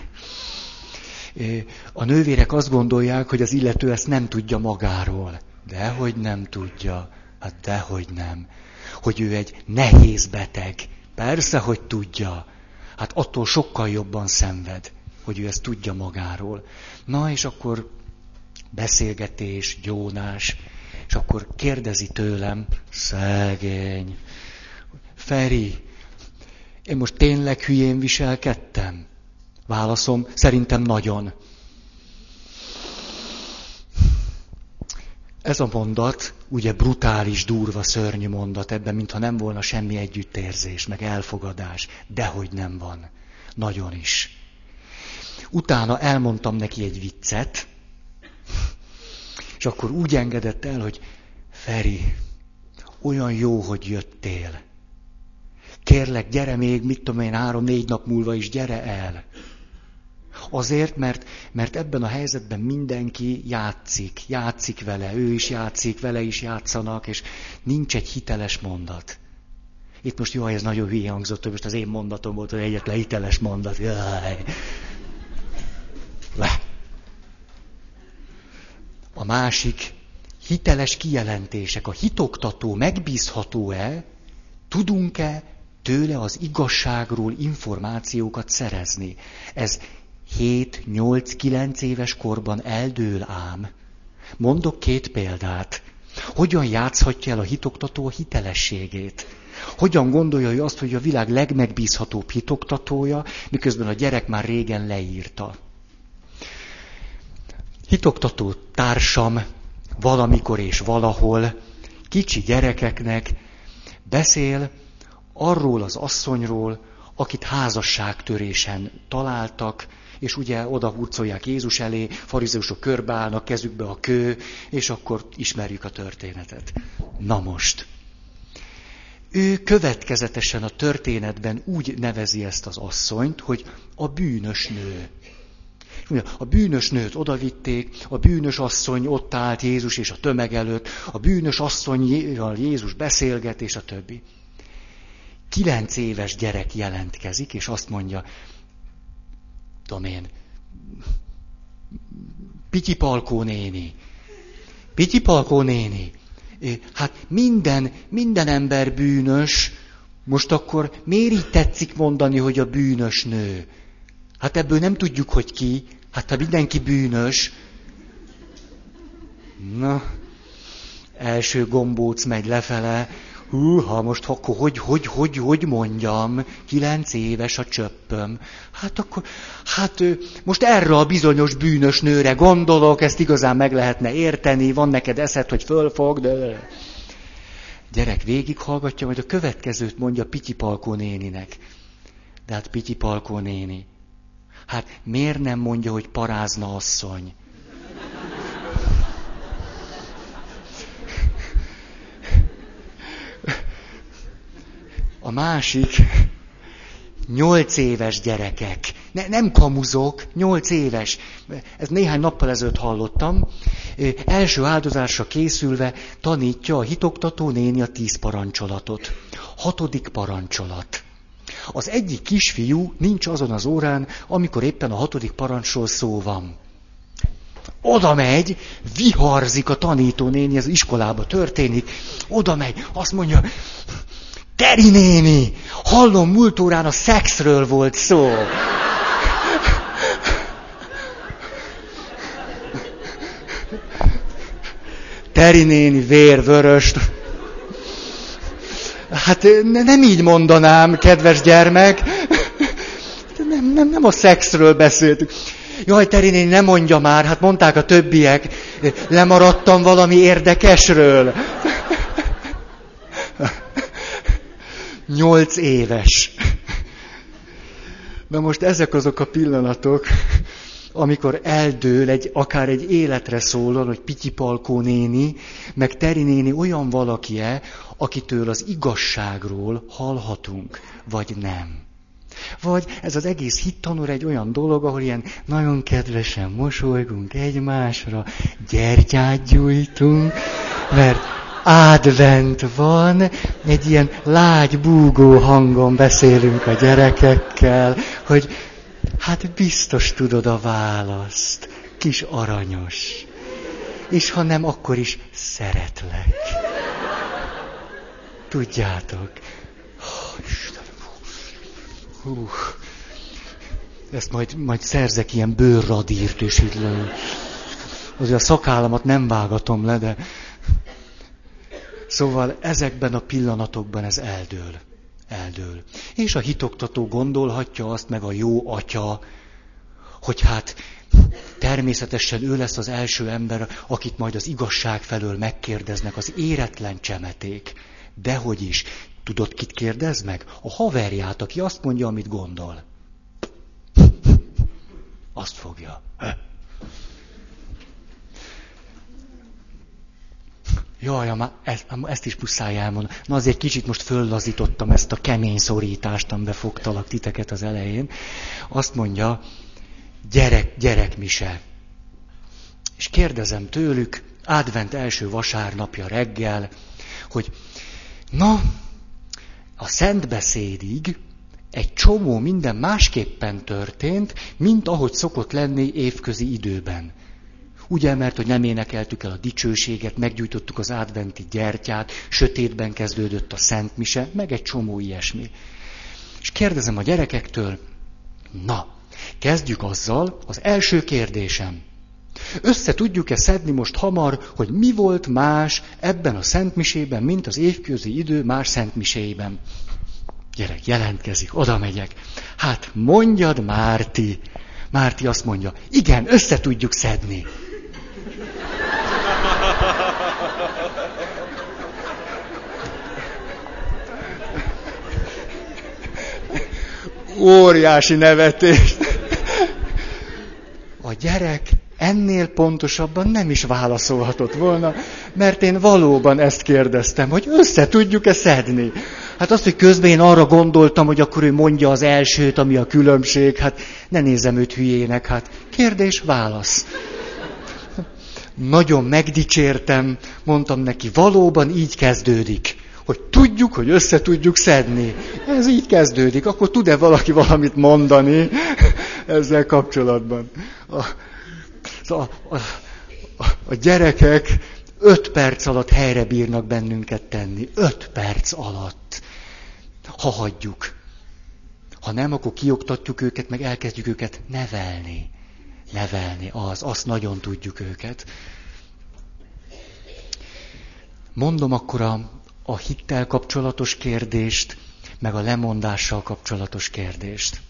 A nővérek azt gondolják, hogy az illető ezt nem tudja magáról. Dehogy nem tudja. Hát dehogy nem. Hogy ő egy nehéz beteg. Persze, hogy tudja. Hát attól sokkal jobban szenved, hogy ő ezt tudja magáról. Na, és akkor beszélgetés, gyónás, és akkor kérdezi tőlem, szegény, Feri, én most tényleg hülyén viselkedtem? Válaszom, szerintem nagyon. Ez a mondat, ugye brutális, durva, szörnyű mondat, ebben mintha nem volna semmi együttérzés, meg elfogadás, dehogy nem van. Nagyon is. Utána elmondtam neki egy viccet, és akkor úgy engedett el, hogy Feri, olyan jó, hogy jöttél. Kérlek, gyere még, mit tudom én, három-négy nap múlva is, gyere el. Azért, mert, mert ebben a helyzetben mindenki játszik, játszik vele, ő is játszik, vele is játszanak, és nincs egy hiteles mondat. Itt most jó, ez nagyon hülye hangzott, hogy most az én mondatom volt az egyetlen hiteles mondat. Jaj. Le. A másik, hiteles kijelentések. A hitoktató megbízható-e, tudunk-e tőle az igazságról információkat szerezni? Ez hét, nyolc, kilenc éves korban eldől ám. Mondok két példát. Hogyan játszhatja el a hitoktató a hitelességét? Hogyan gondolja ő azt, hogy a világ legmegbízhatóbb hitoktatója, miközben a gyerek már régen leírta? Hitoktató társam valamikor és valahol kicsi gyerekeknek beszél arról az asszonyról, akit házasságtörésen találtak, és ugye oda hurcolják Jézus elé, farizeusok körbeállnak, kezükbe a kő, és akkor ismerjük a történetet. Na most, ő következetesen a történetben úgy nevezi ezt az asszonyt, hogy a bűnös nő. A bűnös nőt odavitték, a bűnös asszony ott állt Jézus és a tömeg előtt, a bűnös asszonnyal Jézus beszélget, és a többi. Kilenc éves gyerek jelentkezik, és azt mondja, tudom én, Pityi Palkó néni, Pityi Palkó néni, hát minden, minden ember bűnös, most akkor miért így tetszik mondani, hogy a bűnös nő? Hát ebből nem tudjuk, hogy ki, hát ha mindenki bűnös. Na, első gombóc megy lefele, húha, most akkor hogy, hogy, hogy, hogy mondjam, kilenc éves a csöppöm. Hát akkor, hát most erre a bizonyos bűnös nőre gondolok, ezt igazán meg lehetne érteni, van neked eszed, hogy fölfog, de... Gyerek végighallgatja, majd a következőt mondja Pityi Palkó néninek. De hát Pityi Palkó néni, hát miért nem mondja, hogy parázna asszony? A másik, nyolc éves gyerekek. Ne, nem kamuzok, nyolc éves. Ez néhány nappal ezelőtt hallottam. Első áldozásra készülve tanítja a hitoktató néni a tíz parancsolatot. Hatodik parancsolat. Az egyik kisfiú nincs azon az órán, amikor éppen a hatodik parancsról szó van. Oda megy, viharzik a tanítónéni, ez iskolába történik, oda megy, azt mondja, Teri néni, hallom, múlt órán a szexről volt szó. Teri néni vérvöröst. Hát nem így mondanám, kedves gyermek. Nem, nem, nem a szexről beszéltük. Jaj, Teri néni, ne mondja már, hát mondták a többiek. Lemaradtam valami érdekesről. Nyolc éves. Na most ezek azok a pillanatok, amikor eldől egy, akár egy életre szólon, hogy Pityi Palkó néni, meg Teri néni olyan valaki-e, akitől az igazságról hallhatunk, vagy nem. Vagy ez az egész hittanúr egy olyan dolog, ahol ilyen nagyon kedvesen mosolygunk egymásra, gyertyát gyújtunk, mert advent van, egy ilyen lágy, búgó hangon beszélünk a gyerekekkel, hogy hát biztos tudod a választ, kis aranyos. És ha nem, akkor is szeretlek. Tudjátok. Oh, Istenem. Hú. Ezt majd, majd szerzek ilyen bőrradírt, és így le. Azért a szakállamat nem vágatom le, de... Szóval ezekben a pillanatokban ez eldől. Eldől. És a hitoktató gondolhatja azt, meg a jó atya, hogy hát természetesen ő lesz az első ember, akit majd az igazság felől megkérdeznek, az éretlen csemeték. Dehogy is. Tudod, kit kérdez meg? A haverját, aki azt mondja, amit gondol. Azt fogja. Jaj, már ezt, ezt is muszáj elmondani. Na azért kicsit most föllazítottam ezt a kemény szorítást, amiben fogtalak titeket az elején. Azt mondja, gyerek, gyerekmise. És kérdezem tőlük, advent első vasárnapja reggel, hogy na, a szentbeszédig egy csomó minden másképpen történt, mint ahogy szokott lenni évközi időben. Ugye, mert hogy nem énekeltük el a dicsőséget, meggyújtottuk az adventi gyertyát, sötétben kezdődött a szentmise, meg egy csomó ilyesmi. És kérdezem a gyerekektől, na, kezdjük azzal, az első kérdésem. Össze tudjuk-e szedni most hamar, hogy mi volt más ebben a szentmisében, mint az évközi idő más szentmiséiben? Gyerek, jelentkezik, oda megyek. Hát mondjad, Márti. Márti azt mondja, igen, össze tudjuk szedni. Óriási nevetés. A gyerek ennél pontosabban nem is válaszolhatott volna, mert én valóban ezt kérdeztem, hogy össze tudjuk-e szedni. Hát azt, hogy közben én arra gondoltam, hogy akkor ő mondja az elsőt, ami a különbség, hát ne nézem őt hülyének, hát kérdés, válasz. Nagyon megdicsértem, mondtam neki, valóban így kezdődik, hogy tudjuk, hogy össze tudjuk szedni. Ez így kezdődik, akkor tud-e valaki valamit mondani ezzel kapcsolatban? A, a, a, a gyerekek öt perc alatt helyre bírnak bennünket tenni. Öt perc alatt. Ha hagyjuk. Ha nem, akkor kioktatjuk őket, meg elkezdjük őket nevelni. Nevelni, az, azt nagyon tudjuk őket. Mondom akkor a, a hittel kapcsolatos kérdést, meg a lemondással kapcsolatos kérdést.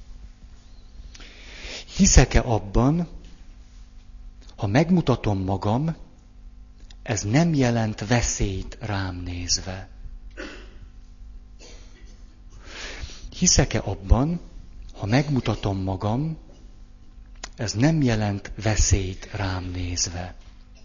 Hiszek-e abban, ha megmutatom magam, ez nem jelent veszélyt rám nézve? Hiszek-e abban, ha megmutatom magam, ez nem jelent veszélyt rám nézve?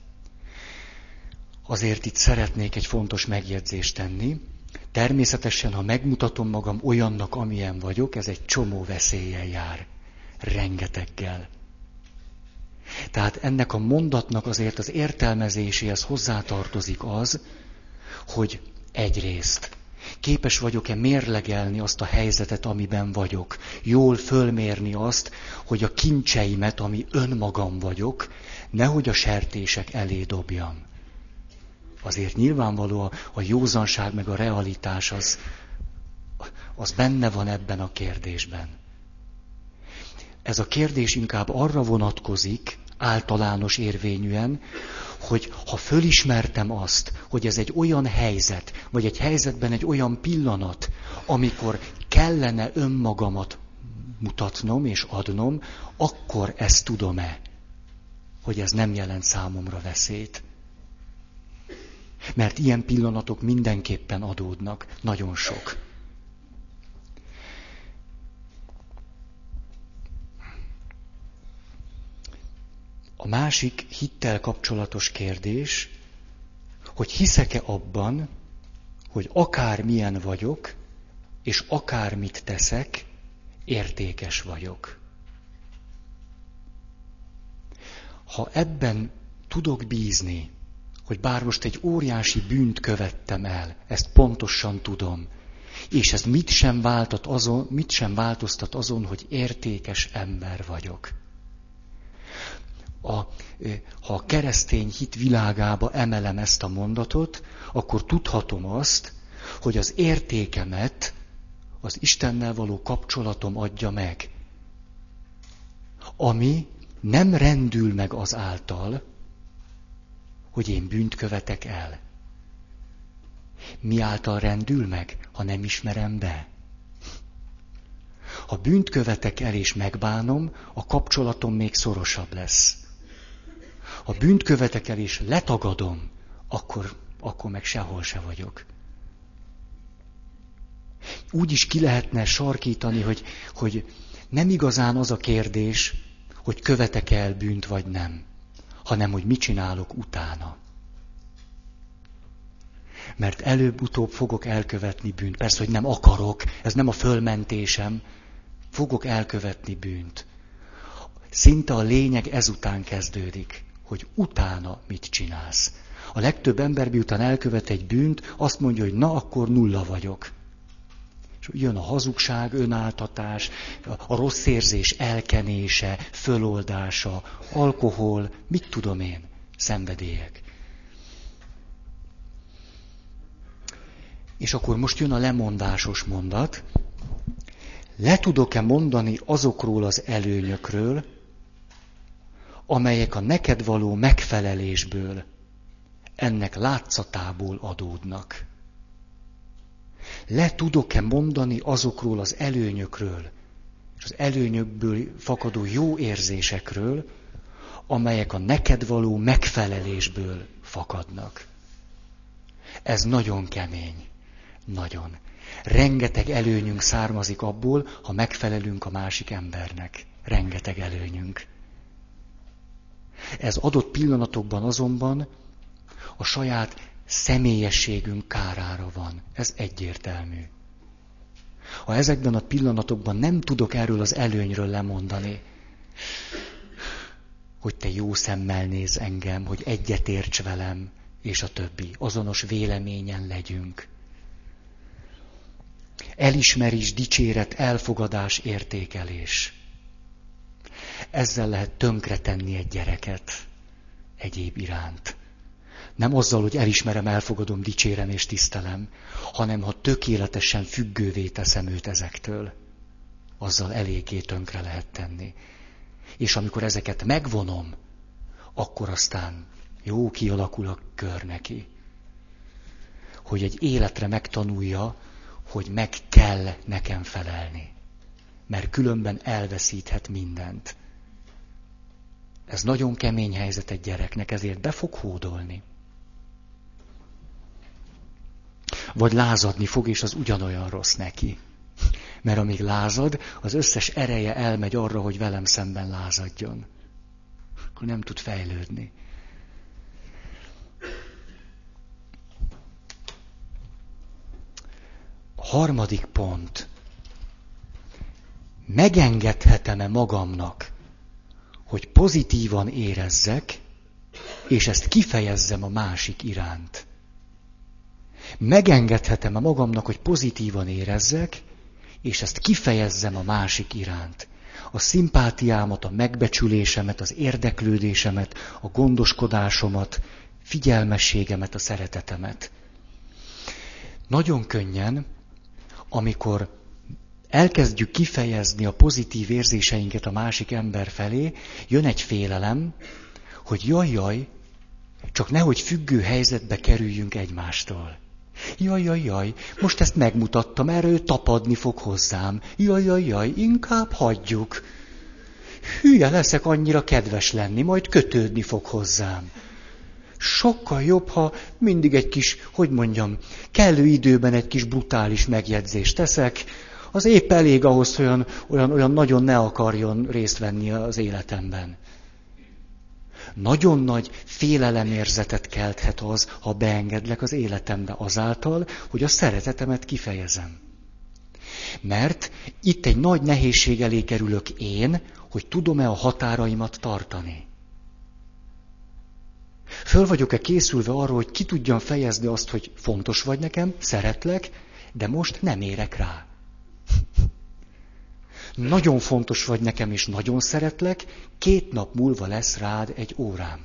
Azért itt szeretnék egy fontos megjegyzést tenni. Természetesen, ha megmutatom magam olyannak, amilyen vagyok, ez egy csomó veszéllyel jár. Rengeteggel. Tehát ennek a mondatnak azért az értelmezéséhez hozzátartozik az, hogy egyrészt Képes vagyok-e mérlegelni azt a helyzetet, amiben vagyok? Jól fölmérni azt, hogy a kincseimet, ami önmagam vagyok, nehogy a sertések elé dobjam. Azért nyilvánvaló a, a józanság meg a realitás az, az benne van ebben a kérdésben. Ez a kérdés inkább arra vonatkozik, általános érvényűen, hogy ha fölismertem azt, hogy ez egy olyan helyzet, vagy egy helyzetben egy olyan pillanat, amikor kellene önmagamat mutatnom és adnom, akkor ezt tudom-e, hogy ez nem jelent számomra veszélyt. Mert ilyen pillanatok mindenképpen adódnak, nagyon sok. A másik hittel kapcsolatos kérdés, hogy hiszek-e abban, hogy akármilyen vagyok, és akármit teszek, értékes vagyok. Ha ebben tudok bízni, hogy bár most egy óriási bűnt követtem el, ezt pontosan tudom, és ez mit sem váltat azon, mit sem változtat azon, hogy értékes ember vagyok. A, ha a keresztény hit világába emelem ezt a mondatot, akkor tudhatom azt, hogy az értékemet az Istennel való kapcsolatom adja meg, ami nem rendül meg azáltal, hogy én bűnt követek el. Mi által rendül meg, ha nem ismerem be? Ha bűnt követek el és megbánom, a kapcsolatom még szorosabb lesz. Ha bűnt követek el és letagadom, akkor, akkor meg sehol se vagyok. Úgy is ki lehetne sarkítani, hogy, hogy nem igazán az a kérdés, hogy követek el bűnt vagy nem, hanem hogy mit csinálok utána. Mert előbb-utóbb fogok elkövetni bűnt. Persze, hogy nem akarok, ez nem a fölmentésem, fogok elkövetni bűnt. Szinte a lényeg ezután kezdődik, hogy utána mit csinálsz. A legtöbb ember miután elkövet egy bűnt, azt mondja, hogy na, akkor nulla vagyok. És jön a hazugság, önáltatás, a rossz érzés elkenése, föloldása, alkohol, mit tudom én, szenvedélyek. És akkor most jön a lemondásos mondat. Le tudok-e mondani azokról az előnyökről, amelyek a neked való megfelelésből, ennek látszatából adódnak? Le tudok-e mondani azokról az előnyökről, és az előnyökből fakadó jó érzésekről, amelyek a neked való megfelelésből fakadnak? Ez nagyon kemény. Nagyon. Rengeteg előnyünk származik abból, ha megfelelünk a másik embernek. Rengeteg előnyünk. Ez adott pillanatokban azonban a saját személyességünk kárára van. Ez egyértelmű. Ha ezekben a pillanatokban nem tudok erről az előnyről lemondani, hogy te jó szemmel néz engem, hogy egyetérts velem, és a többi, azonos véleményen legyünk. Elismerés, dicséret, elfogadás, értékelés. Ezzel lehet tönkretenni egy gyereket egyéb iránt. Nem azzal, hogy elismerem, elfogadom, dicsérem és tisztelem, hanem ha tökéletesen függővé teszem őt ezektől, azzal eléggé tönkre lehet tenni. És amikor ezeket megvonom, akkor aztán jó kialakul a kör neki. Hogy egy életre megtanulja, hogy meg kell nekem felelni. Mert különben elveszíthet mindent. Ez nagyon kemény helyzet egy gyereknek, ezért be fog hódolni. Vagy lázadni fog, és az ugyanolyan rossz neki. Mert amíg lázad, az összes ereje elmegy arra, hogy velem szemben lázadjon. Akkor nem tud fejlődni. A harmadik pont. Megengedhetem-e magamnak, hogy pozitívan érezzek, és ezt kifejezzem a másik iránt? Megengedhetem a magamnak, hogy pozitívan érezzek, és ezt kifejezzem a másik iránt. A szimpátiámat, a megbecsülésemet, az érdeklődésemet, a gondoskodásomat, figyelmességemet, a szeretetemet. Nagyon könnyen, amikor elkezdjük kifejezni a pozitív érzéseinket a másik ember felé, jön egy félelem, hogy jaj, jaj, csak nehogy függő helyzetbe kerüljünk egymástól. Jaj, jaj, jaj, most ezt megmutattam, erre ő tapadni fog hozzám. Jaj, jaj, jaj, inkább hagyjuk. Hülye leszek annyira kedves lenni, majd kötődni fog hozzám. Sokkal jobb, ha mindig egy kis, hogy mondjam, kellő időben egy kis brutális megjegyzést teszek, az épp elég ahhoz, hogy olyan, olyan, olyan nagyon ne akarjon részt venni az életemben. Nagyon nagy félelemérzetet kelthet az, ha beengedlek az életembe azáltal, hogy a szeretetemet kifejezem. Mert itt egy nagy nehézség elé kerülök én, hogy tudom-e a határaimat tartani. Föl vagyok-e készülve arra, hogy ki tudjam fejezni azt, hogy fontos vagy nekem, szeretlek, de most nem érek rá. Nagyon fontos vagy nekem, és nagyon szeretlek, két nap múlva lesz rád egy órám.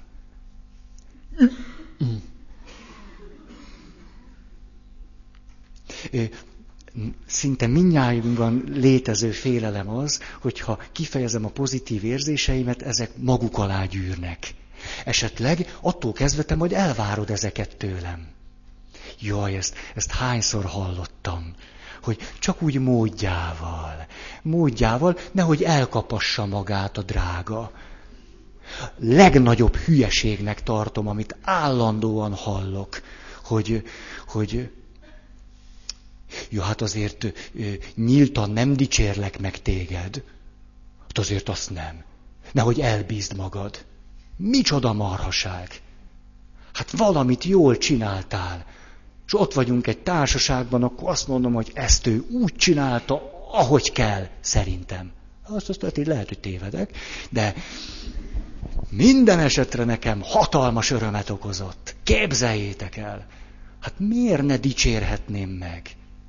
Szinte mindnyájunkban létező félelem az, hogyha kifejezem a pozitív érzéseimet, ezek maguk alá gyűrnek. Esetleg attól kezdve te majd elvárod ezeket tőlem. Jaj, ezt, ezt hányszor hallottam, hogy csak úgy módjával, módjával, nehogy elkapassa magát a drága. Legnagyobb hülyeségnek tartom, amit állandóan hallok, hogy, hogy jó, hát azért nyíltan nem dicsérlek meg téged. Hát azért azt nem. Nehogy elbízd magad. Micsoda marhaság. Hát valamit jól csináltál. És ott vagyunk egy társaságban, akkor azt mondom, hogy ezt ő úgy csinálta, ahogy kell, szerintem. Azt, azt lehet, lehet, hogy tévedek, de minden esetre nekem hatalmas örömet okozott. Képzeljétek el. Hát miért ne dicsérhetném meg?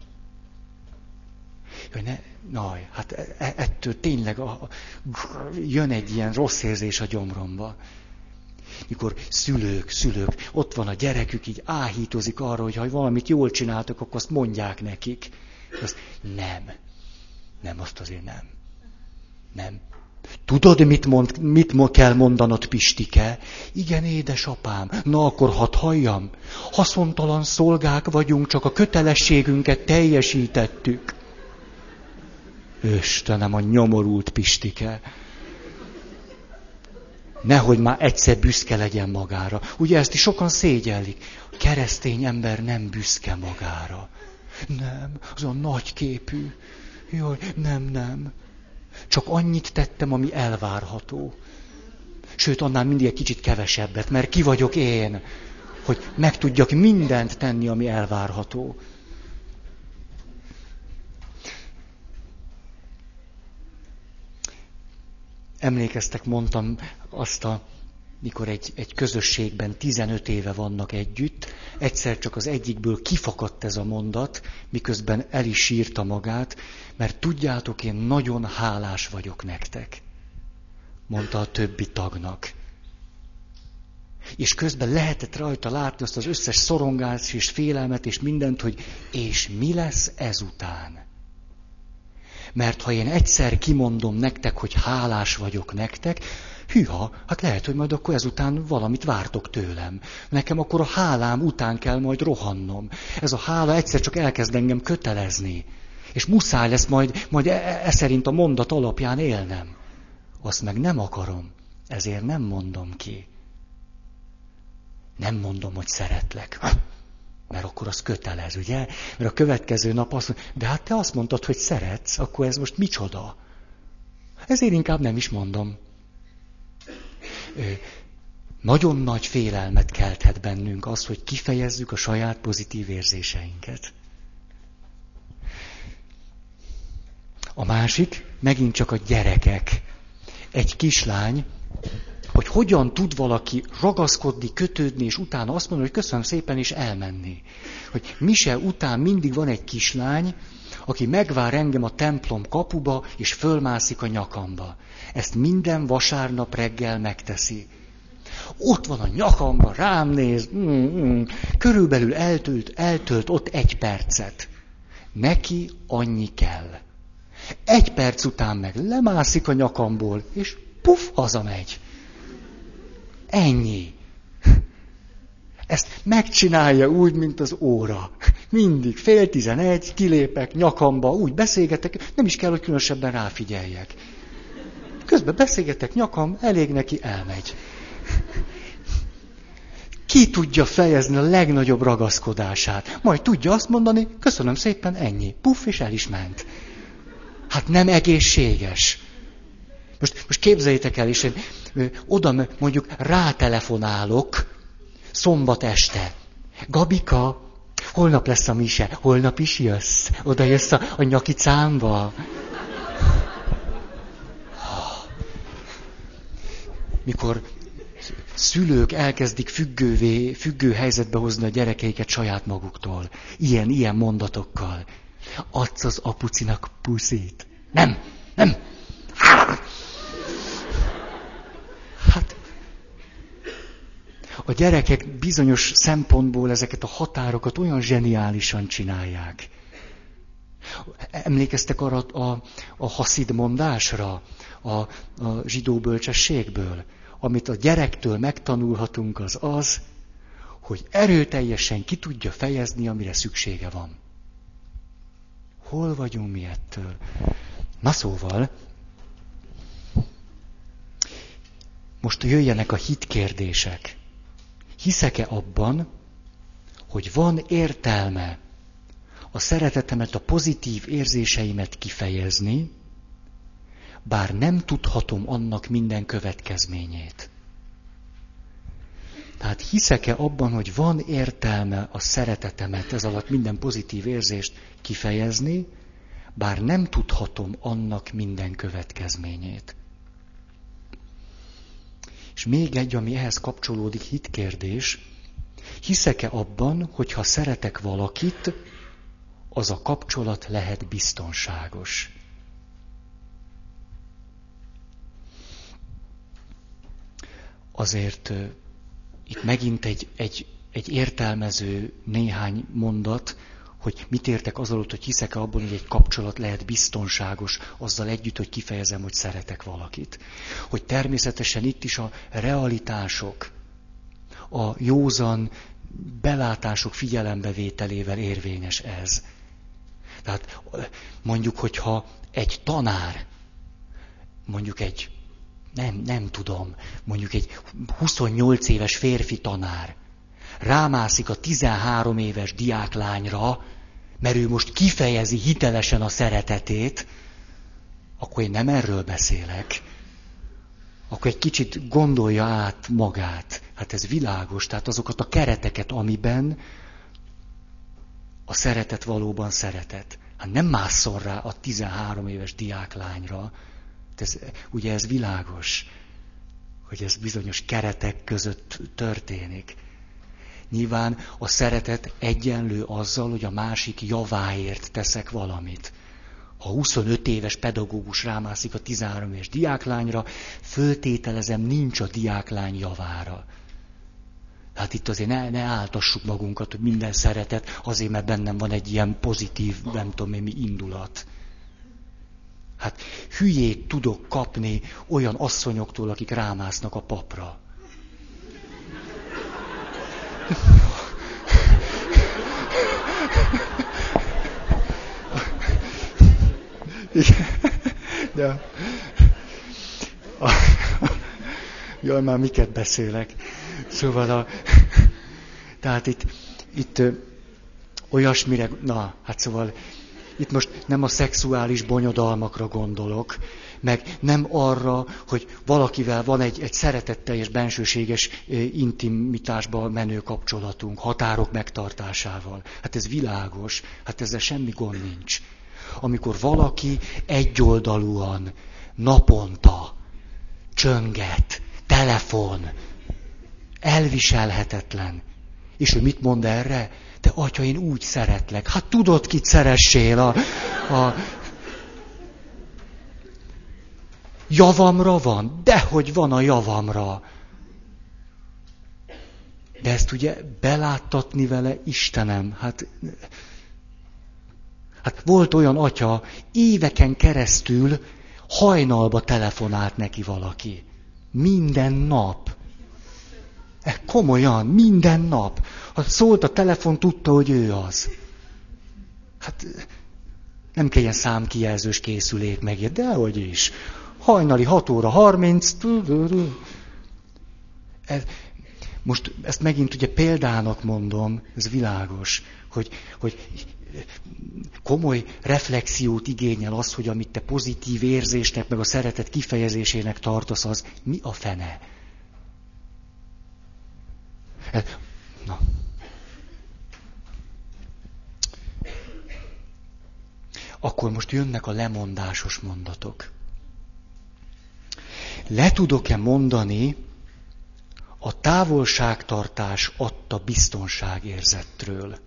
Hogy ne, naj, hát ettől tényleg a, a, jön egy ilyen rossz érzés a gyomromba. Mikor szülők, szülők, ott van a gyerekük, így áhítozik arra, hogy ha valamit jól csináltak, akkor azt mondják nekik. Azt nem. Nem, azt azért nem. Nem. Tudod, mit, mond, mit kell mondanod, Pistike? Igen, édesapám. Na, akkor hadd halljam. Haszontalan szolgák vagyunk, csak a kötelességünket teljesítettük. Istenem, a nyomorult Pistike. Nehogy már egyszer büszke legyen magára. Ugye ezt is sokan szégyellik. A keresztény ember nem büszke magára. Nem, az a nagyképű. Jaj, nem, nem. Csak annyit tettem, ami elvárható. Sőt, annál mindig egy kicsit kevesebbet, mert ki vagyok én, hogy meg tudjak mindent tenni, ami elvárható. Emlékeztek, mondtam azt, a, mikor egy, egy közösségben tizenöt éve vannak együtt, egyszer csak az egyikből kifakadt ez a mondat, miközben el is sírta magát, mert tudjátok, én nagyon hálás vagyok nektek, mondta a többi tagnak. És közben lehetett rajta látni azt az összes szorongást és félelmet és mindent, hogy és mi lesz ezután. Mert ha én egyszer kimondom nektek, hogy hálás vagyok nektek, hűha, hát lehet, hogy majd akkor ezután valamit vártok tőlem. Nekem akkor a hálám után kell majd rohannom. Ez a hála egyszer csak elkezd engem kötelezni. És muszáj lesz majd, majd e, e szerint a mondat alapján élnem. Azt meg nem akarom, ezért nem mondom ki. Nem mondom, hogy szeretlek. Mert akkor az kötelez, ugye? Mert a következő nap azt mondja, de hát te azt mondtad, hogy szeretsz, akkor ez most micsoda? Ezért inkább nem is mondom. Nagyon nagy félelmet kelthet bennünk az, hogy kifejezzük a saját pozitív érzéseinket. A másik, megint csak a gyerekek. Egy kislány hogy hogyan tud valaki ragaszkodni, kötődni, és utána azt mondani, hogy köszönöm szépen, és elmenni. Hogy mise után mindig van egy kislány, aki megvár engem a templom kapuba, és fölmászik a nyakamba. Ezt minden vasárnap reggel megteszi. Ott van a nyakamba, rám néz, mm, mm, körülbelül eltölt, eltölt ott egy percet. Neki annyi kell. Egy perc után meg lemászik a nyakamból, és puf, hazamegy. Ennyi. Ezt megcsinálja úgy, mint az óra. Mindig fél tizenegy, kilépek nyakamba, úgy beszélgetek, nem is kell, hogy különösebben ráfigyeljek. Közben beszélgetek, nyakam, elég neki, elmegy. Ki tudja fejezni a legnagyobb ragaszkodását? Majd tudja azt mondani, köszönöm szépen, ennyi. Puff, és el is ment. Hát nem egészséges. Most, most képzeljétek el, és én ö, oda mondjuk rátelefonálok szombat este. Gabika, holnap lesz a mise, holnap is jössz. Oda jössz a, a nyakicámba. Mikor szülők elkezdik függővé, függő helyzetbe hozni a gyerekeiket saját maguktól. Ilyen, ilyen mondatokkal. Adsz az apucinak puszit. Nem, nem. Hát, a gyerekek bizonyos szempontból ezeket a határokat olyan zseniálisan csinálják. Emlékeztek arra a, a haszid mondásra, a, a zsidó bölcsességből? Amit a gyerektől megtanulhatunk, az az, hogy erőteljesen ki tudja fejezni, amire szüksége van. Hol vagyunk mi ettől? Na szóval, most jöjjenek a hitkérdések. Hiszek-e abban, hogy van értelme a szeretetemet, a pozitív érzéseimet kifejezni, bár nem tudhatom annak minden következményét. Tehát hiszek-e abban, hogy van értelme a szeretetemet, ez alatt minden pozitív érzést kifejezni, bár nem tudhatom annak minden következményét. És még egy, ami ehhez kapcsolódik, hitkérdés. Hiszek-e abban, hogy ha szeretek valakit, az a kapcsolat lehet biztonságos? Azért uh, itt megint egy, egy, egy értelmező néhány mondat, hogy mit értek az alatt, hogy hiszek-e abban, hogy egy kapcsolat lehet biztonságos, azzal együtt, hogy kifejezem, hogy szeretek valakit. Hogy természetesen itt is a realitások, a józan belátások figyelembevételével érvényes ez. Tehát mondjuk, hogyha egy tanár, mondjuk egy Nem, nem tudom, mondjuk egy huszonnyolc éves férfi tanár rámászik a tizenhárom éves diáklányra, mert ő most kifejezi hitelesen a szeretetét, akkor én nem erről beszélek. Akkor egy kicsit gondolja át magát. Hát ez világos, tehát azokat a kereteket, amiben a szeretet valóban szeretet. Hát nem másszon rá a tizenhárom éves diáklányra. Ez, ugye ez világos, hogy ez bizonyos keretek között történik. Nyilván a szeretet egyenlő azzal, hogy a másik javáért teszek valamit. Ha huszonöt éves pedagógus rámászik a tizenhárom éves diáklányra, föltételezem, nincs a diáklány javára. Hát itt azért ne, ne áltassuk magunkat, hogy minden szeretet, azért, mert bennem van egy ilyen pozitív, nem tudom én mi indulat. Hát hülyét tudok kapni olyan asszonyoktól, akik rámásznak a papra. De... Jaj, már miket beszélek. Szóval a... Tehát itt, itt olyasmire... Na, hát szóval... Itt most nem a szexuális bonyodalmakra gondolok, meg nem arra, hogy valakivel van egy, egy szeretetteljes, bensőséges intimitásba menő kapcsolatunk, határok megtartásával. Hát ez világos, hát ezzel semmi gond nincs. Amikor valaki egyoldalúan, naponta csönget, telefon. Elviselhetetlen. És ő mit mond erre? Te atya, én úgy szeretlek. Hát tudod, kit szeressél. A, a... Javamra van? Dehogy van a javamra. De ezt ugye beláttatni vele, Istenem, hát... Hát volt olyan atya, éveken keresztül hajnalba telefonált neki valaki. Minden nap. Komolyan, minden nap. Ha szólt a telefon, tudta, hogy ő az. Hát nem kell ilyen számkijelzős készülék megért, de hogy is. Hajnali hat óra harminc. Most ezt megint ugye példának mondom, ez világos, hogy, hogy komoly reflexiót igényel az, hogy amit te pozitív érzésnek, meg a szeretet kifejezésének tartasz, az mi a fene? Na. Akkor most jönnek a lemondásos mondatok. Le tudok-e mondani a távolságtartás adta biztonságérzetről?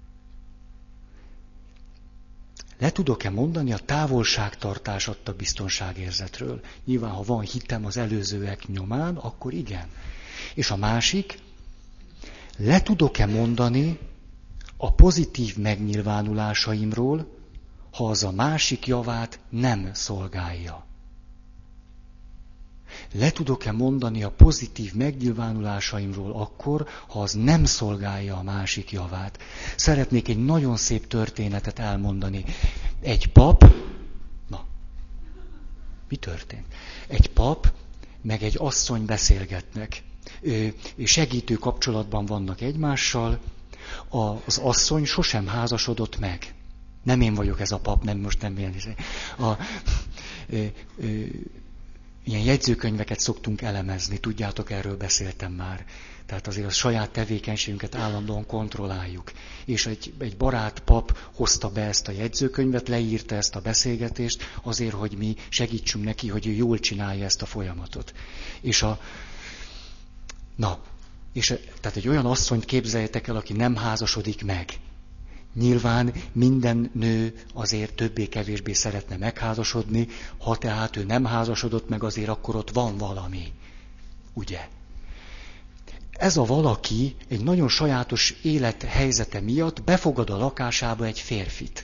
Le tudok-e mondani a távolságtartás adta biztonságérzetről? Nyilván, ha van hitem az előzőek nyomán, akkor igen. És a másik, le tudok-e mondani a pozitív megnyilvánulásaimról, ha az a másik javát nem szolgálja? Le tudok-e mondani a pozitív megnyilvánulásaimról akkor, ha az nem szolgálja a másik javát? Szeretnék egy nagyon szép történetet elmondani. Egy pap, na, mi történt? Egy pap meg egy asszony beszélgetnek. Segítő kapcsolatban vannak egymással. Az asszony sosem házasodott meg. Nem én vagyok ez a pap, nem most nem ilyen. A, ö, ö, Ilyen jegyzőkönyveket szoktunk elemezni, tudjátok, erről beszéltem már. Tehát azért a saját tevékenységünket állandóan kontrolláljuk. És egy, egy barát pap hozta be ezt a jegyzőkönyvet, leírta ezt a beszélgetést, azért, hogy mi segítsünk neki, hogy ő jól csinálja ezt a folyamatot. És a... Na, és a, tehát egy olyan asszonyt képzeljetek el, aki nem házasodik meg. Nyilván minden nő azért többé-kevésbé szeretne megházasodni, ha tehát ő nem házasodott meg, azért akkor ott van valami. Ugye? Ez a valaki egy nagyon sajátos élethelyzete miatt befogad a lakásába egy férfit.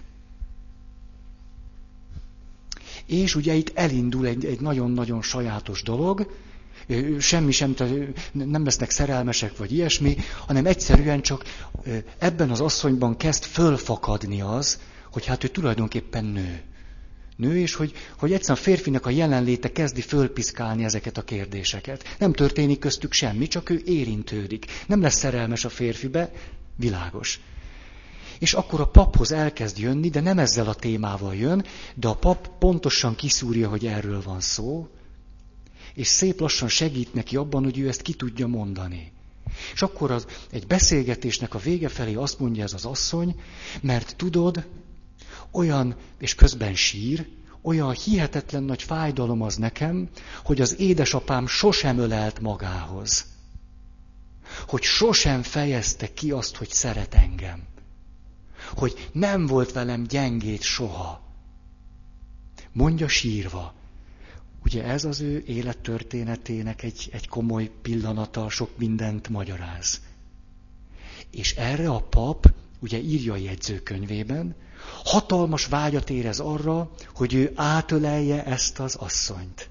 És ugye itt elindul egy, egy nagyon-nagyon sajátos dolog, semmi sem, nem lesznek szerelmesek vagy ilyesmi, hanem egyszerűen csak ebben az asszonyban kezd fölfakadni az, hogy hát ő tulajdonképpen nő. Nő, és hogy, hogy egyszerűen a férfinak a jelenléte kezdi fölpiszkálni ezeket a kérdéseket. Nem történik köztük semmi, csak ő érintődik. Nem lesz szerelmes a férfibe, világos. És akkor a paphoz elkezd jönni, de nem ezzel a témával jön, de a pap pontosan kiszúrja, hogy erről van szó, és szép lassan segít neki abban, hogy ő ezt ki tudja mondani. És akkor az, egy beszélgetésnek a vége felé azt mondja ez az asszony, mert tudod, olyan, és közben sír, olyan hihetetlen nagy fájdalom az nekem, hogy az édesapám sosem ölelt magához. Hogy sosem fejezte ki azt, hogy szeret engem. Hogy nem volt velem gyengét soha. Mondja sírva. Ugye ez az ő élettörténetének egy, egy komoly pillanata, sok mindent magyaráz. És erre a pap, ugye írja a jegyzőkönyvében, hatalmas vágyat érez arra, hogy ő átölelje ezt az asszonyt.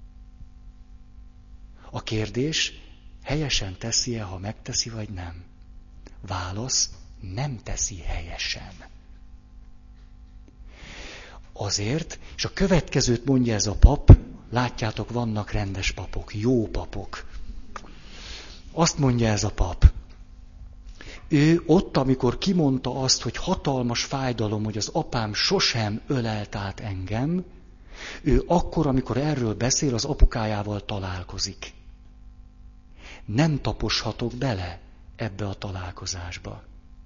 A kérdés, helyesen teszi-e, ha megteszi, vagy nem? Válasz, nem teszi helyesen. Azért, és a következőt mondja ez a pap, látjátok, vannak rendes papok, jó papok. Azt mondja ez a pap. Ő ott, amikor kimondta azt, hogy hatalmas fájdalom, hogy az apám sosem ölelt át engem, ő akkor, amikor erről beszél, az apukájával találkozik. Nem taposhatok bele ebbe a találkozásba.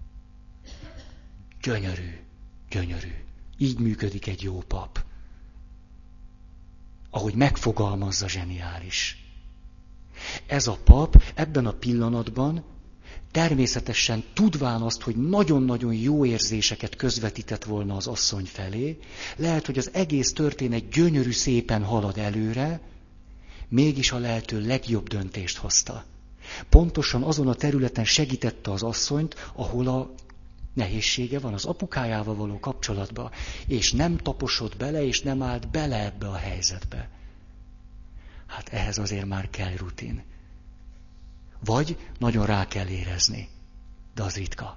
Gyönyörű, gyönyörű. Így működik egy jó pap. Ahogy megfogalmazza, zseniális. Ez a pap ebben a pillanatban természetesen tudván azt, hogy nagyon-nagyon jó érzéseket közvetített volna az asszony felé, lehet, hogy az egész történet gyönyörű szépen halad előre, mégis a lehető legjobb döntést hozta. Pontosan azon a területen segítette az asszonyt, ahol a nehézsége van, az apukájával való kapcsolatban, és nem taposott bele, és nem állt bele ebbe a helyzetbe. Hát ehhez azért már kell rutin. Vagy nagyon rá kell érezni. De az ritka.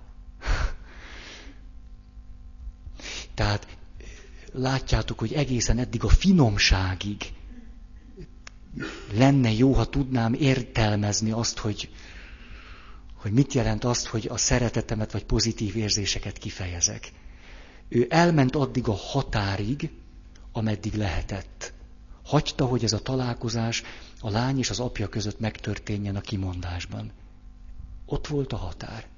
Tehát látjátok, hogy egészen eddig a finomságig lenne jó, ha tudnám értelmezni azt, hogy, hogy mit jelent azt, hogy a szeretetemet vagy pozitív érzéseket kifejezek. Ő elment addig a határig, ameddig lehetett. Hagyta, hogy ez a találkozás a lány és az apja között megtörténjen a kimondásban. Ott volt a határ.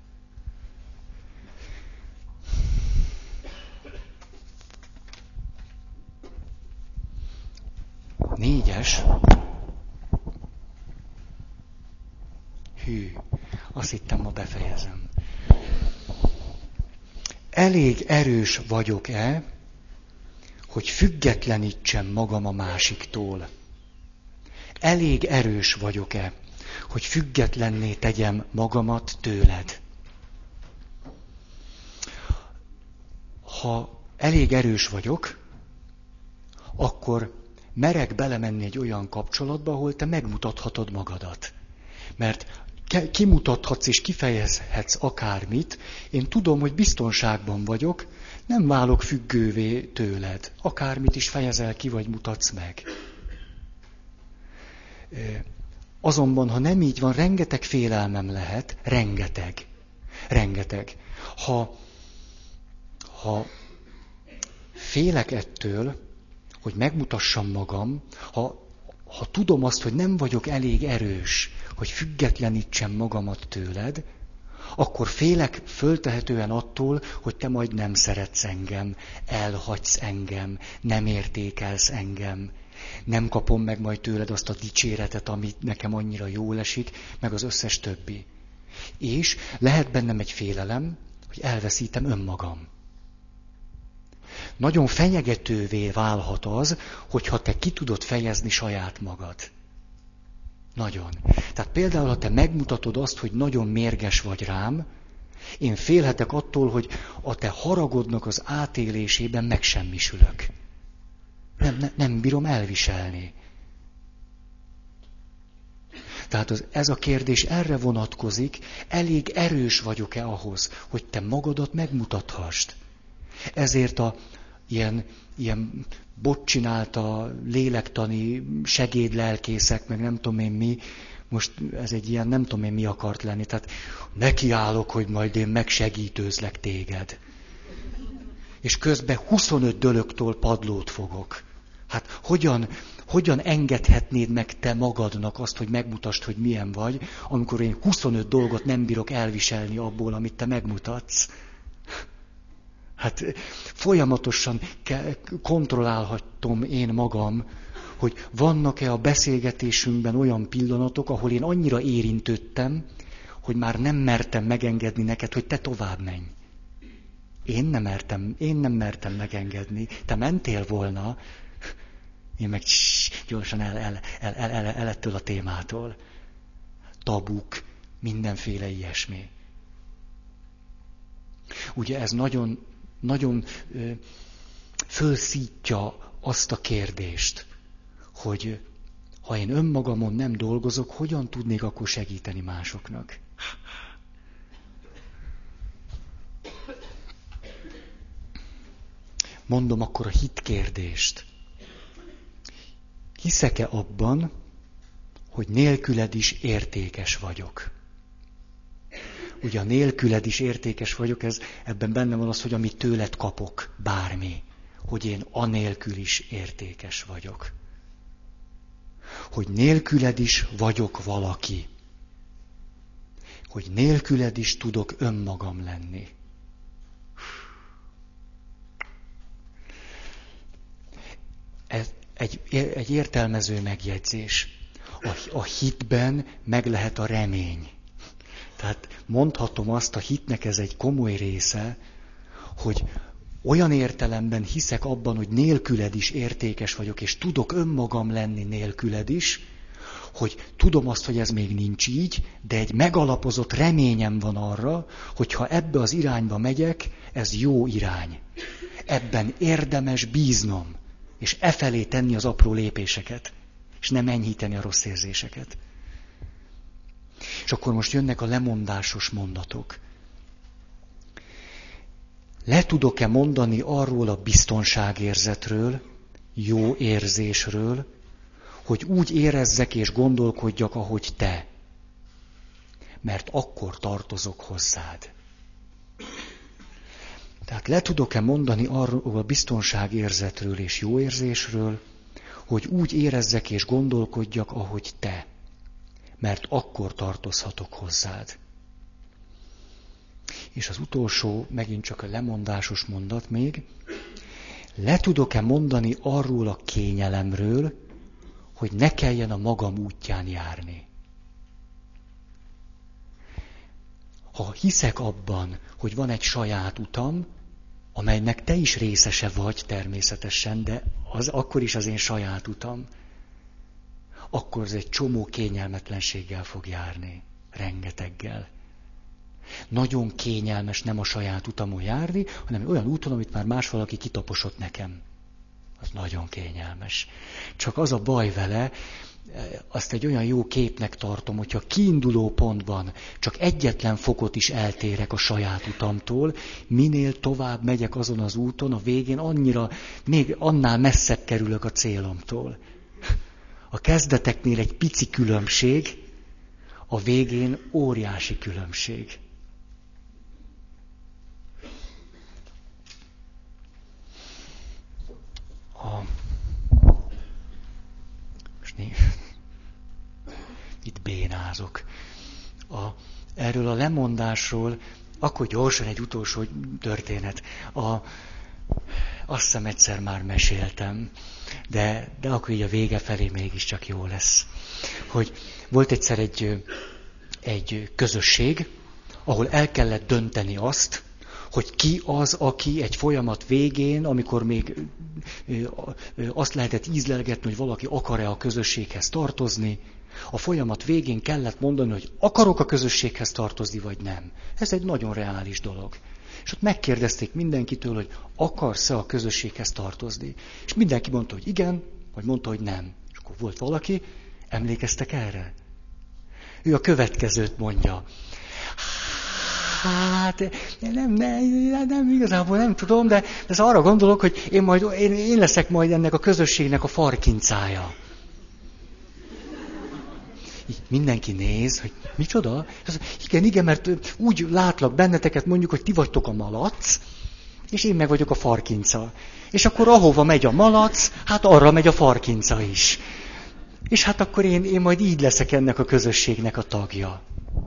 Négyes. Hű, azt hittem, ma befejezem. Elég erős vagyok-e, hogy függetlenítsem magam a másiktól? Elég erős vagyok-e, hogy függetlenné tegyem magamat tőled? Ha elég erős vagyok, akkor merek belemenni egy olyan kapcsolatba, ahol te megmutathatod magadat. Mert kimutathatsz és kifejezhetsz akármit, én tudom, hogy biztonságban vagyok, nem válok függővé tőled. Akármit is fejezel ki, vagy mutatsz meg. Azonban, ha nem így van, rengeteg félelmem lehet, rengeteg. Rengeteg. Ha, ha félek ettől, hogy megmutassam magam, ha, ha tudom azt, hogy nem vagyok elég erős, hogy függetlenítsem magamat tőled, akkor félek föltehetően attól, hogy te majd nem szeretsz engem, elhagysz engem, nem értékelsz engem, nem kapom meg majd tőled azt a dicséretet, amit nekem annyira jól esik, meg az összes többi. És lehet bennem egy félelem, hogy elveszítem önmagam. Nagyon fenyegetővé válhat az, hogyha te ki tudod fejezni saját magad. Nagyon. Tehát például, ha te megmutatod azt, hogy nagyon mérges vagy rám, én félhetek attól, hogy a te haragodnak az átélésében megsemmisülök. Nem, ne, nem bírom elviselni. Tehát az, ez a kérdés erre vonatkozik, elég erős vagyok-e ahhoz, hogy te magadat megmutathast. Ezért a ilyen, ilyen botcsinálta lélektani segédlelkészek, meg nem tudom én mi, most ez egy ilyen nem tudom én mi akart lenni, tehát nekiállok, hogy majd én megsegítőzlek téged. És közben huszonöt dölögtől padlót fogok. Hát hogyan, hogyan engedhetnéd meg te magadnak azt, hogy megmutasd, hogy milyen vagy, amikor én huszonöt dolgot nem bírok elviselni abból, amit te megmutatsz? Hát folyamatosan kontrollálhatom én magam, hogy vannak-e a beszélgetésünkben olyan pillanatok, ahol én annyira érintődtem, hogy már nem mertem megengedni neked, hogy te tovább menj. Én nem mertem, én nem mertem megengedni. Te mentél volna, én meg gyorsan el, el, el, el, el, el ettől a témától. Tabuk, mindenféle ilyesmi. Ugye ez nagyon, nagyon ö, fölszítja azt a kérdést, hogy ha én önmagamon nem dolgozok, hogyan tudnék akkor segíteni másoknak? Mondom akkor a hit kérdést. Hiszek-e abban, hogy nélküled is értékes vagyok? Ugye a nélküled is értékes vagyok, ez, ebben benne van az, hogy amit tőled kapok, bármi, hogy én anélkül is értékes vagyok. Hogy nélküled is vagyok valaki. Hogy nélküled is tudok önmagam lenni. Ez egy, egy értelmező megjegyzés. A, a hitben meg lehet a remény. Tehát mondhatom azt, a hitnek ez egy komoly része, hogy olyan értelemben hiszek abban, hogy nélküled is értékes vagyok, és tudok önmagam lenni nélküled is, hogy tudom azt, hogy ez még nincs így, de egy megalapozott reményem van arra, hogy ha ebbe az irányba megyek, ez jó irány. Ebben érdemes bíznom, és e felé tenni az apró lépéseket, és nem enyhíteni a rossz érzéseket. És akkor most jönnek a lemondásos mondatok. Le tudok-e mondani arról a biztonságérzetről, jó érzésről, hogy úgy érezzek és gondolkodjak, ahogy te, mert akkor tartozok hozzád. Tehát le tudok-e mondani arról a biztonságérzetről és jó érzésről, hogy úgy érezzek és gondolkodjak, ahogy te, mert akkor tartozhatok hozzád. És az utolsó, megint csak a lemondásos mondat még, le tudok-e mondani arról a kényelemről, hogy ne kelljen a magam útján járni. Ha hiszek abban, hogy van egy saját utam, amelynek te is részese vagy természetesen, de az akkor is az én saját utam, akkor az egy csomó kényelmetlenséggel fog járni. Rengeteggel. Nagyon kényelmes nem a saját utamon járni, hanem olyan úton, amit már más valaki kitaposott nekem. Az nagyon kényelmes. Csak az a baj vele, azt egy olyan jó képnek tartom, hogyha kiinduló pontban csak egyetlen fokot is eltérek a saját utamtól, minél tovább megyek azon az úton, a végén annyira, még annál messzebb kerülök a célomtól. A kezdeteknél egy pici különbség, a végén óriási különbség. A... Most né... Itt bénázok. A... Erről a lemondásról, akkor gyorsan egy utolsó történet. A... Azt hiszem egyszer már meséltem, de, de akkor így a vége felé mégiscsak jó lesz. Hogy volt egyszer egy, egy közösség, ahol el kellett dönteni azt, hogy ki az, aki egy folyamat végén, amikor még azt lehetett ízlelgetni, hogy valaki akar-e a közösséghez tartozni, a folyamat végén kellett mondani, hogy akarok a közösséghez tartozni, vagy nem. Ez egy nagyon reális dolog. És ott megkérdezték mindenkitől, hogy akarsz-e a közösséghez tartozni. És mindenki mondta, hogy igen, vagy mondta, hogy nem. És akkor volt valaki, emlékeztek erre? Ő a következőt mondja. Hát, nem, nem, nem, igazából nem tudom, de ez arra gondolok, hogy én, majd, én, én leszek majd ennek a közösségnek a farkincája. Így mindenki néz, hogy micsoda? Igen, igen, mert úgy látlak benneteket, mondjuk, hogy ti vagytok a malac, és én meg vagyok a farkinca. És akkor ahova megy a malac, hát arra megy a farkinca is. És hát akkor én, én majd így leszek ennek a közösségnek a tagja.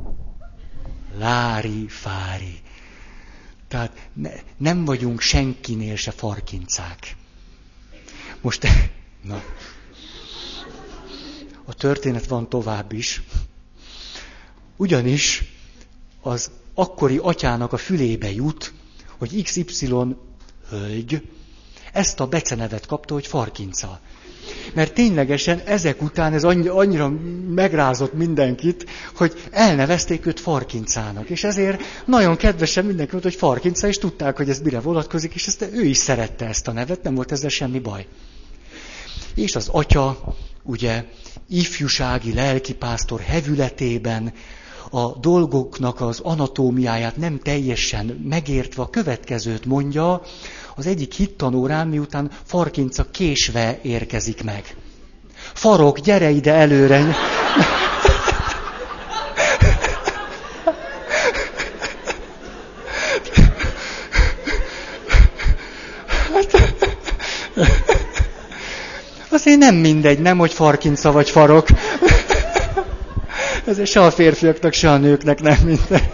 Lári, fári. Tehát ne, nem vagyunk senkinél se farkincák. Most, na, a történet van tovább is. Ugyanis az akkori atyának a fülébe jut, hogy iksz ipszilon hölgy ezt a becenevet kapta, hogy farkinca. Mert ténylegesen ezek után ez annyira megrázott mindenkit, hogy elnevezték őt farkincának. És ezért nagyon kedvesen mindenki mondta, hogy farkinca, és tudták, hogy ez mire vonatkozik, és ezt, ő is szerette ezt a nevet, nem volt ezzel semmi baj. És az atya, ugye, ifjúsági lelkipásztor hevületében a dolgoknak az anatómiáját nem teljesen megértve a következőt mondja, az egyik hittanórán, miután farkinca késve érkezik meg. Farok, gyere ide előre! Azért nem mindegy, nem, hogy farkinca vagy farok. Ezért se a férfiaknak, se a nőknek nem mindegy.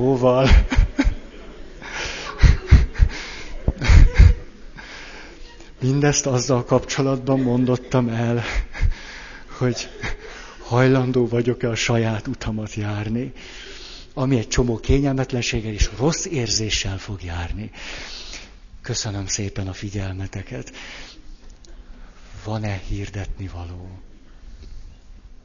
Szóval... Mindezt azzal kapcsolatban mondottam el, hogy hajlandó vagyok-e a saját utamat járni, ami egy csomó kényelmetlenséggel és rossz érzéssel fog járni. Köszönöm szépen a figyelmeteket. Van-e hirdetni való?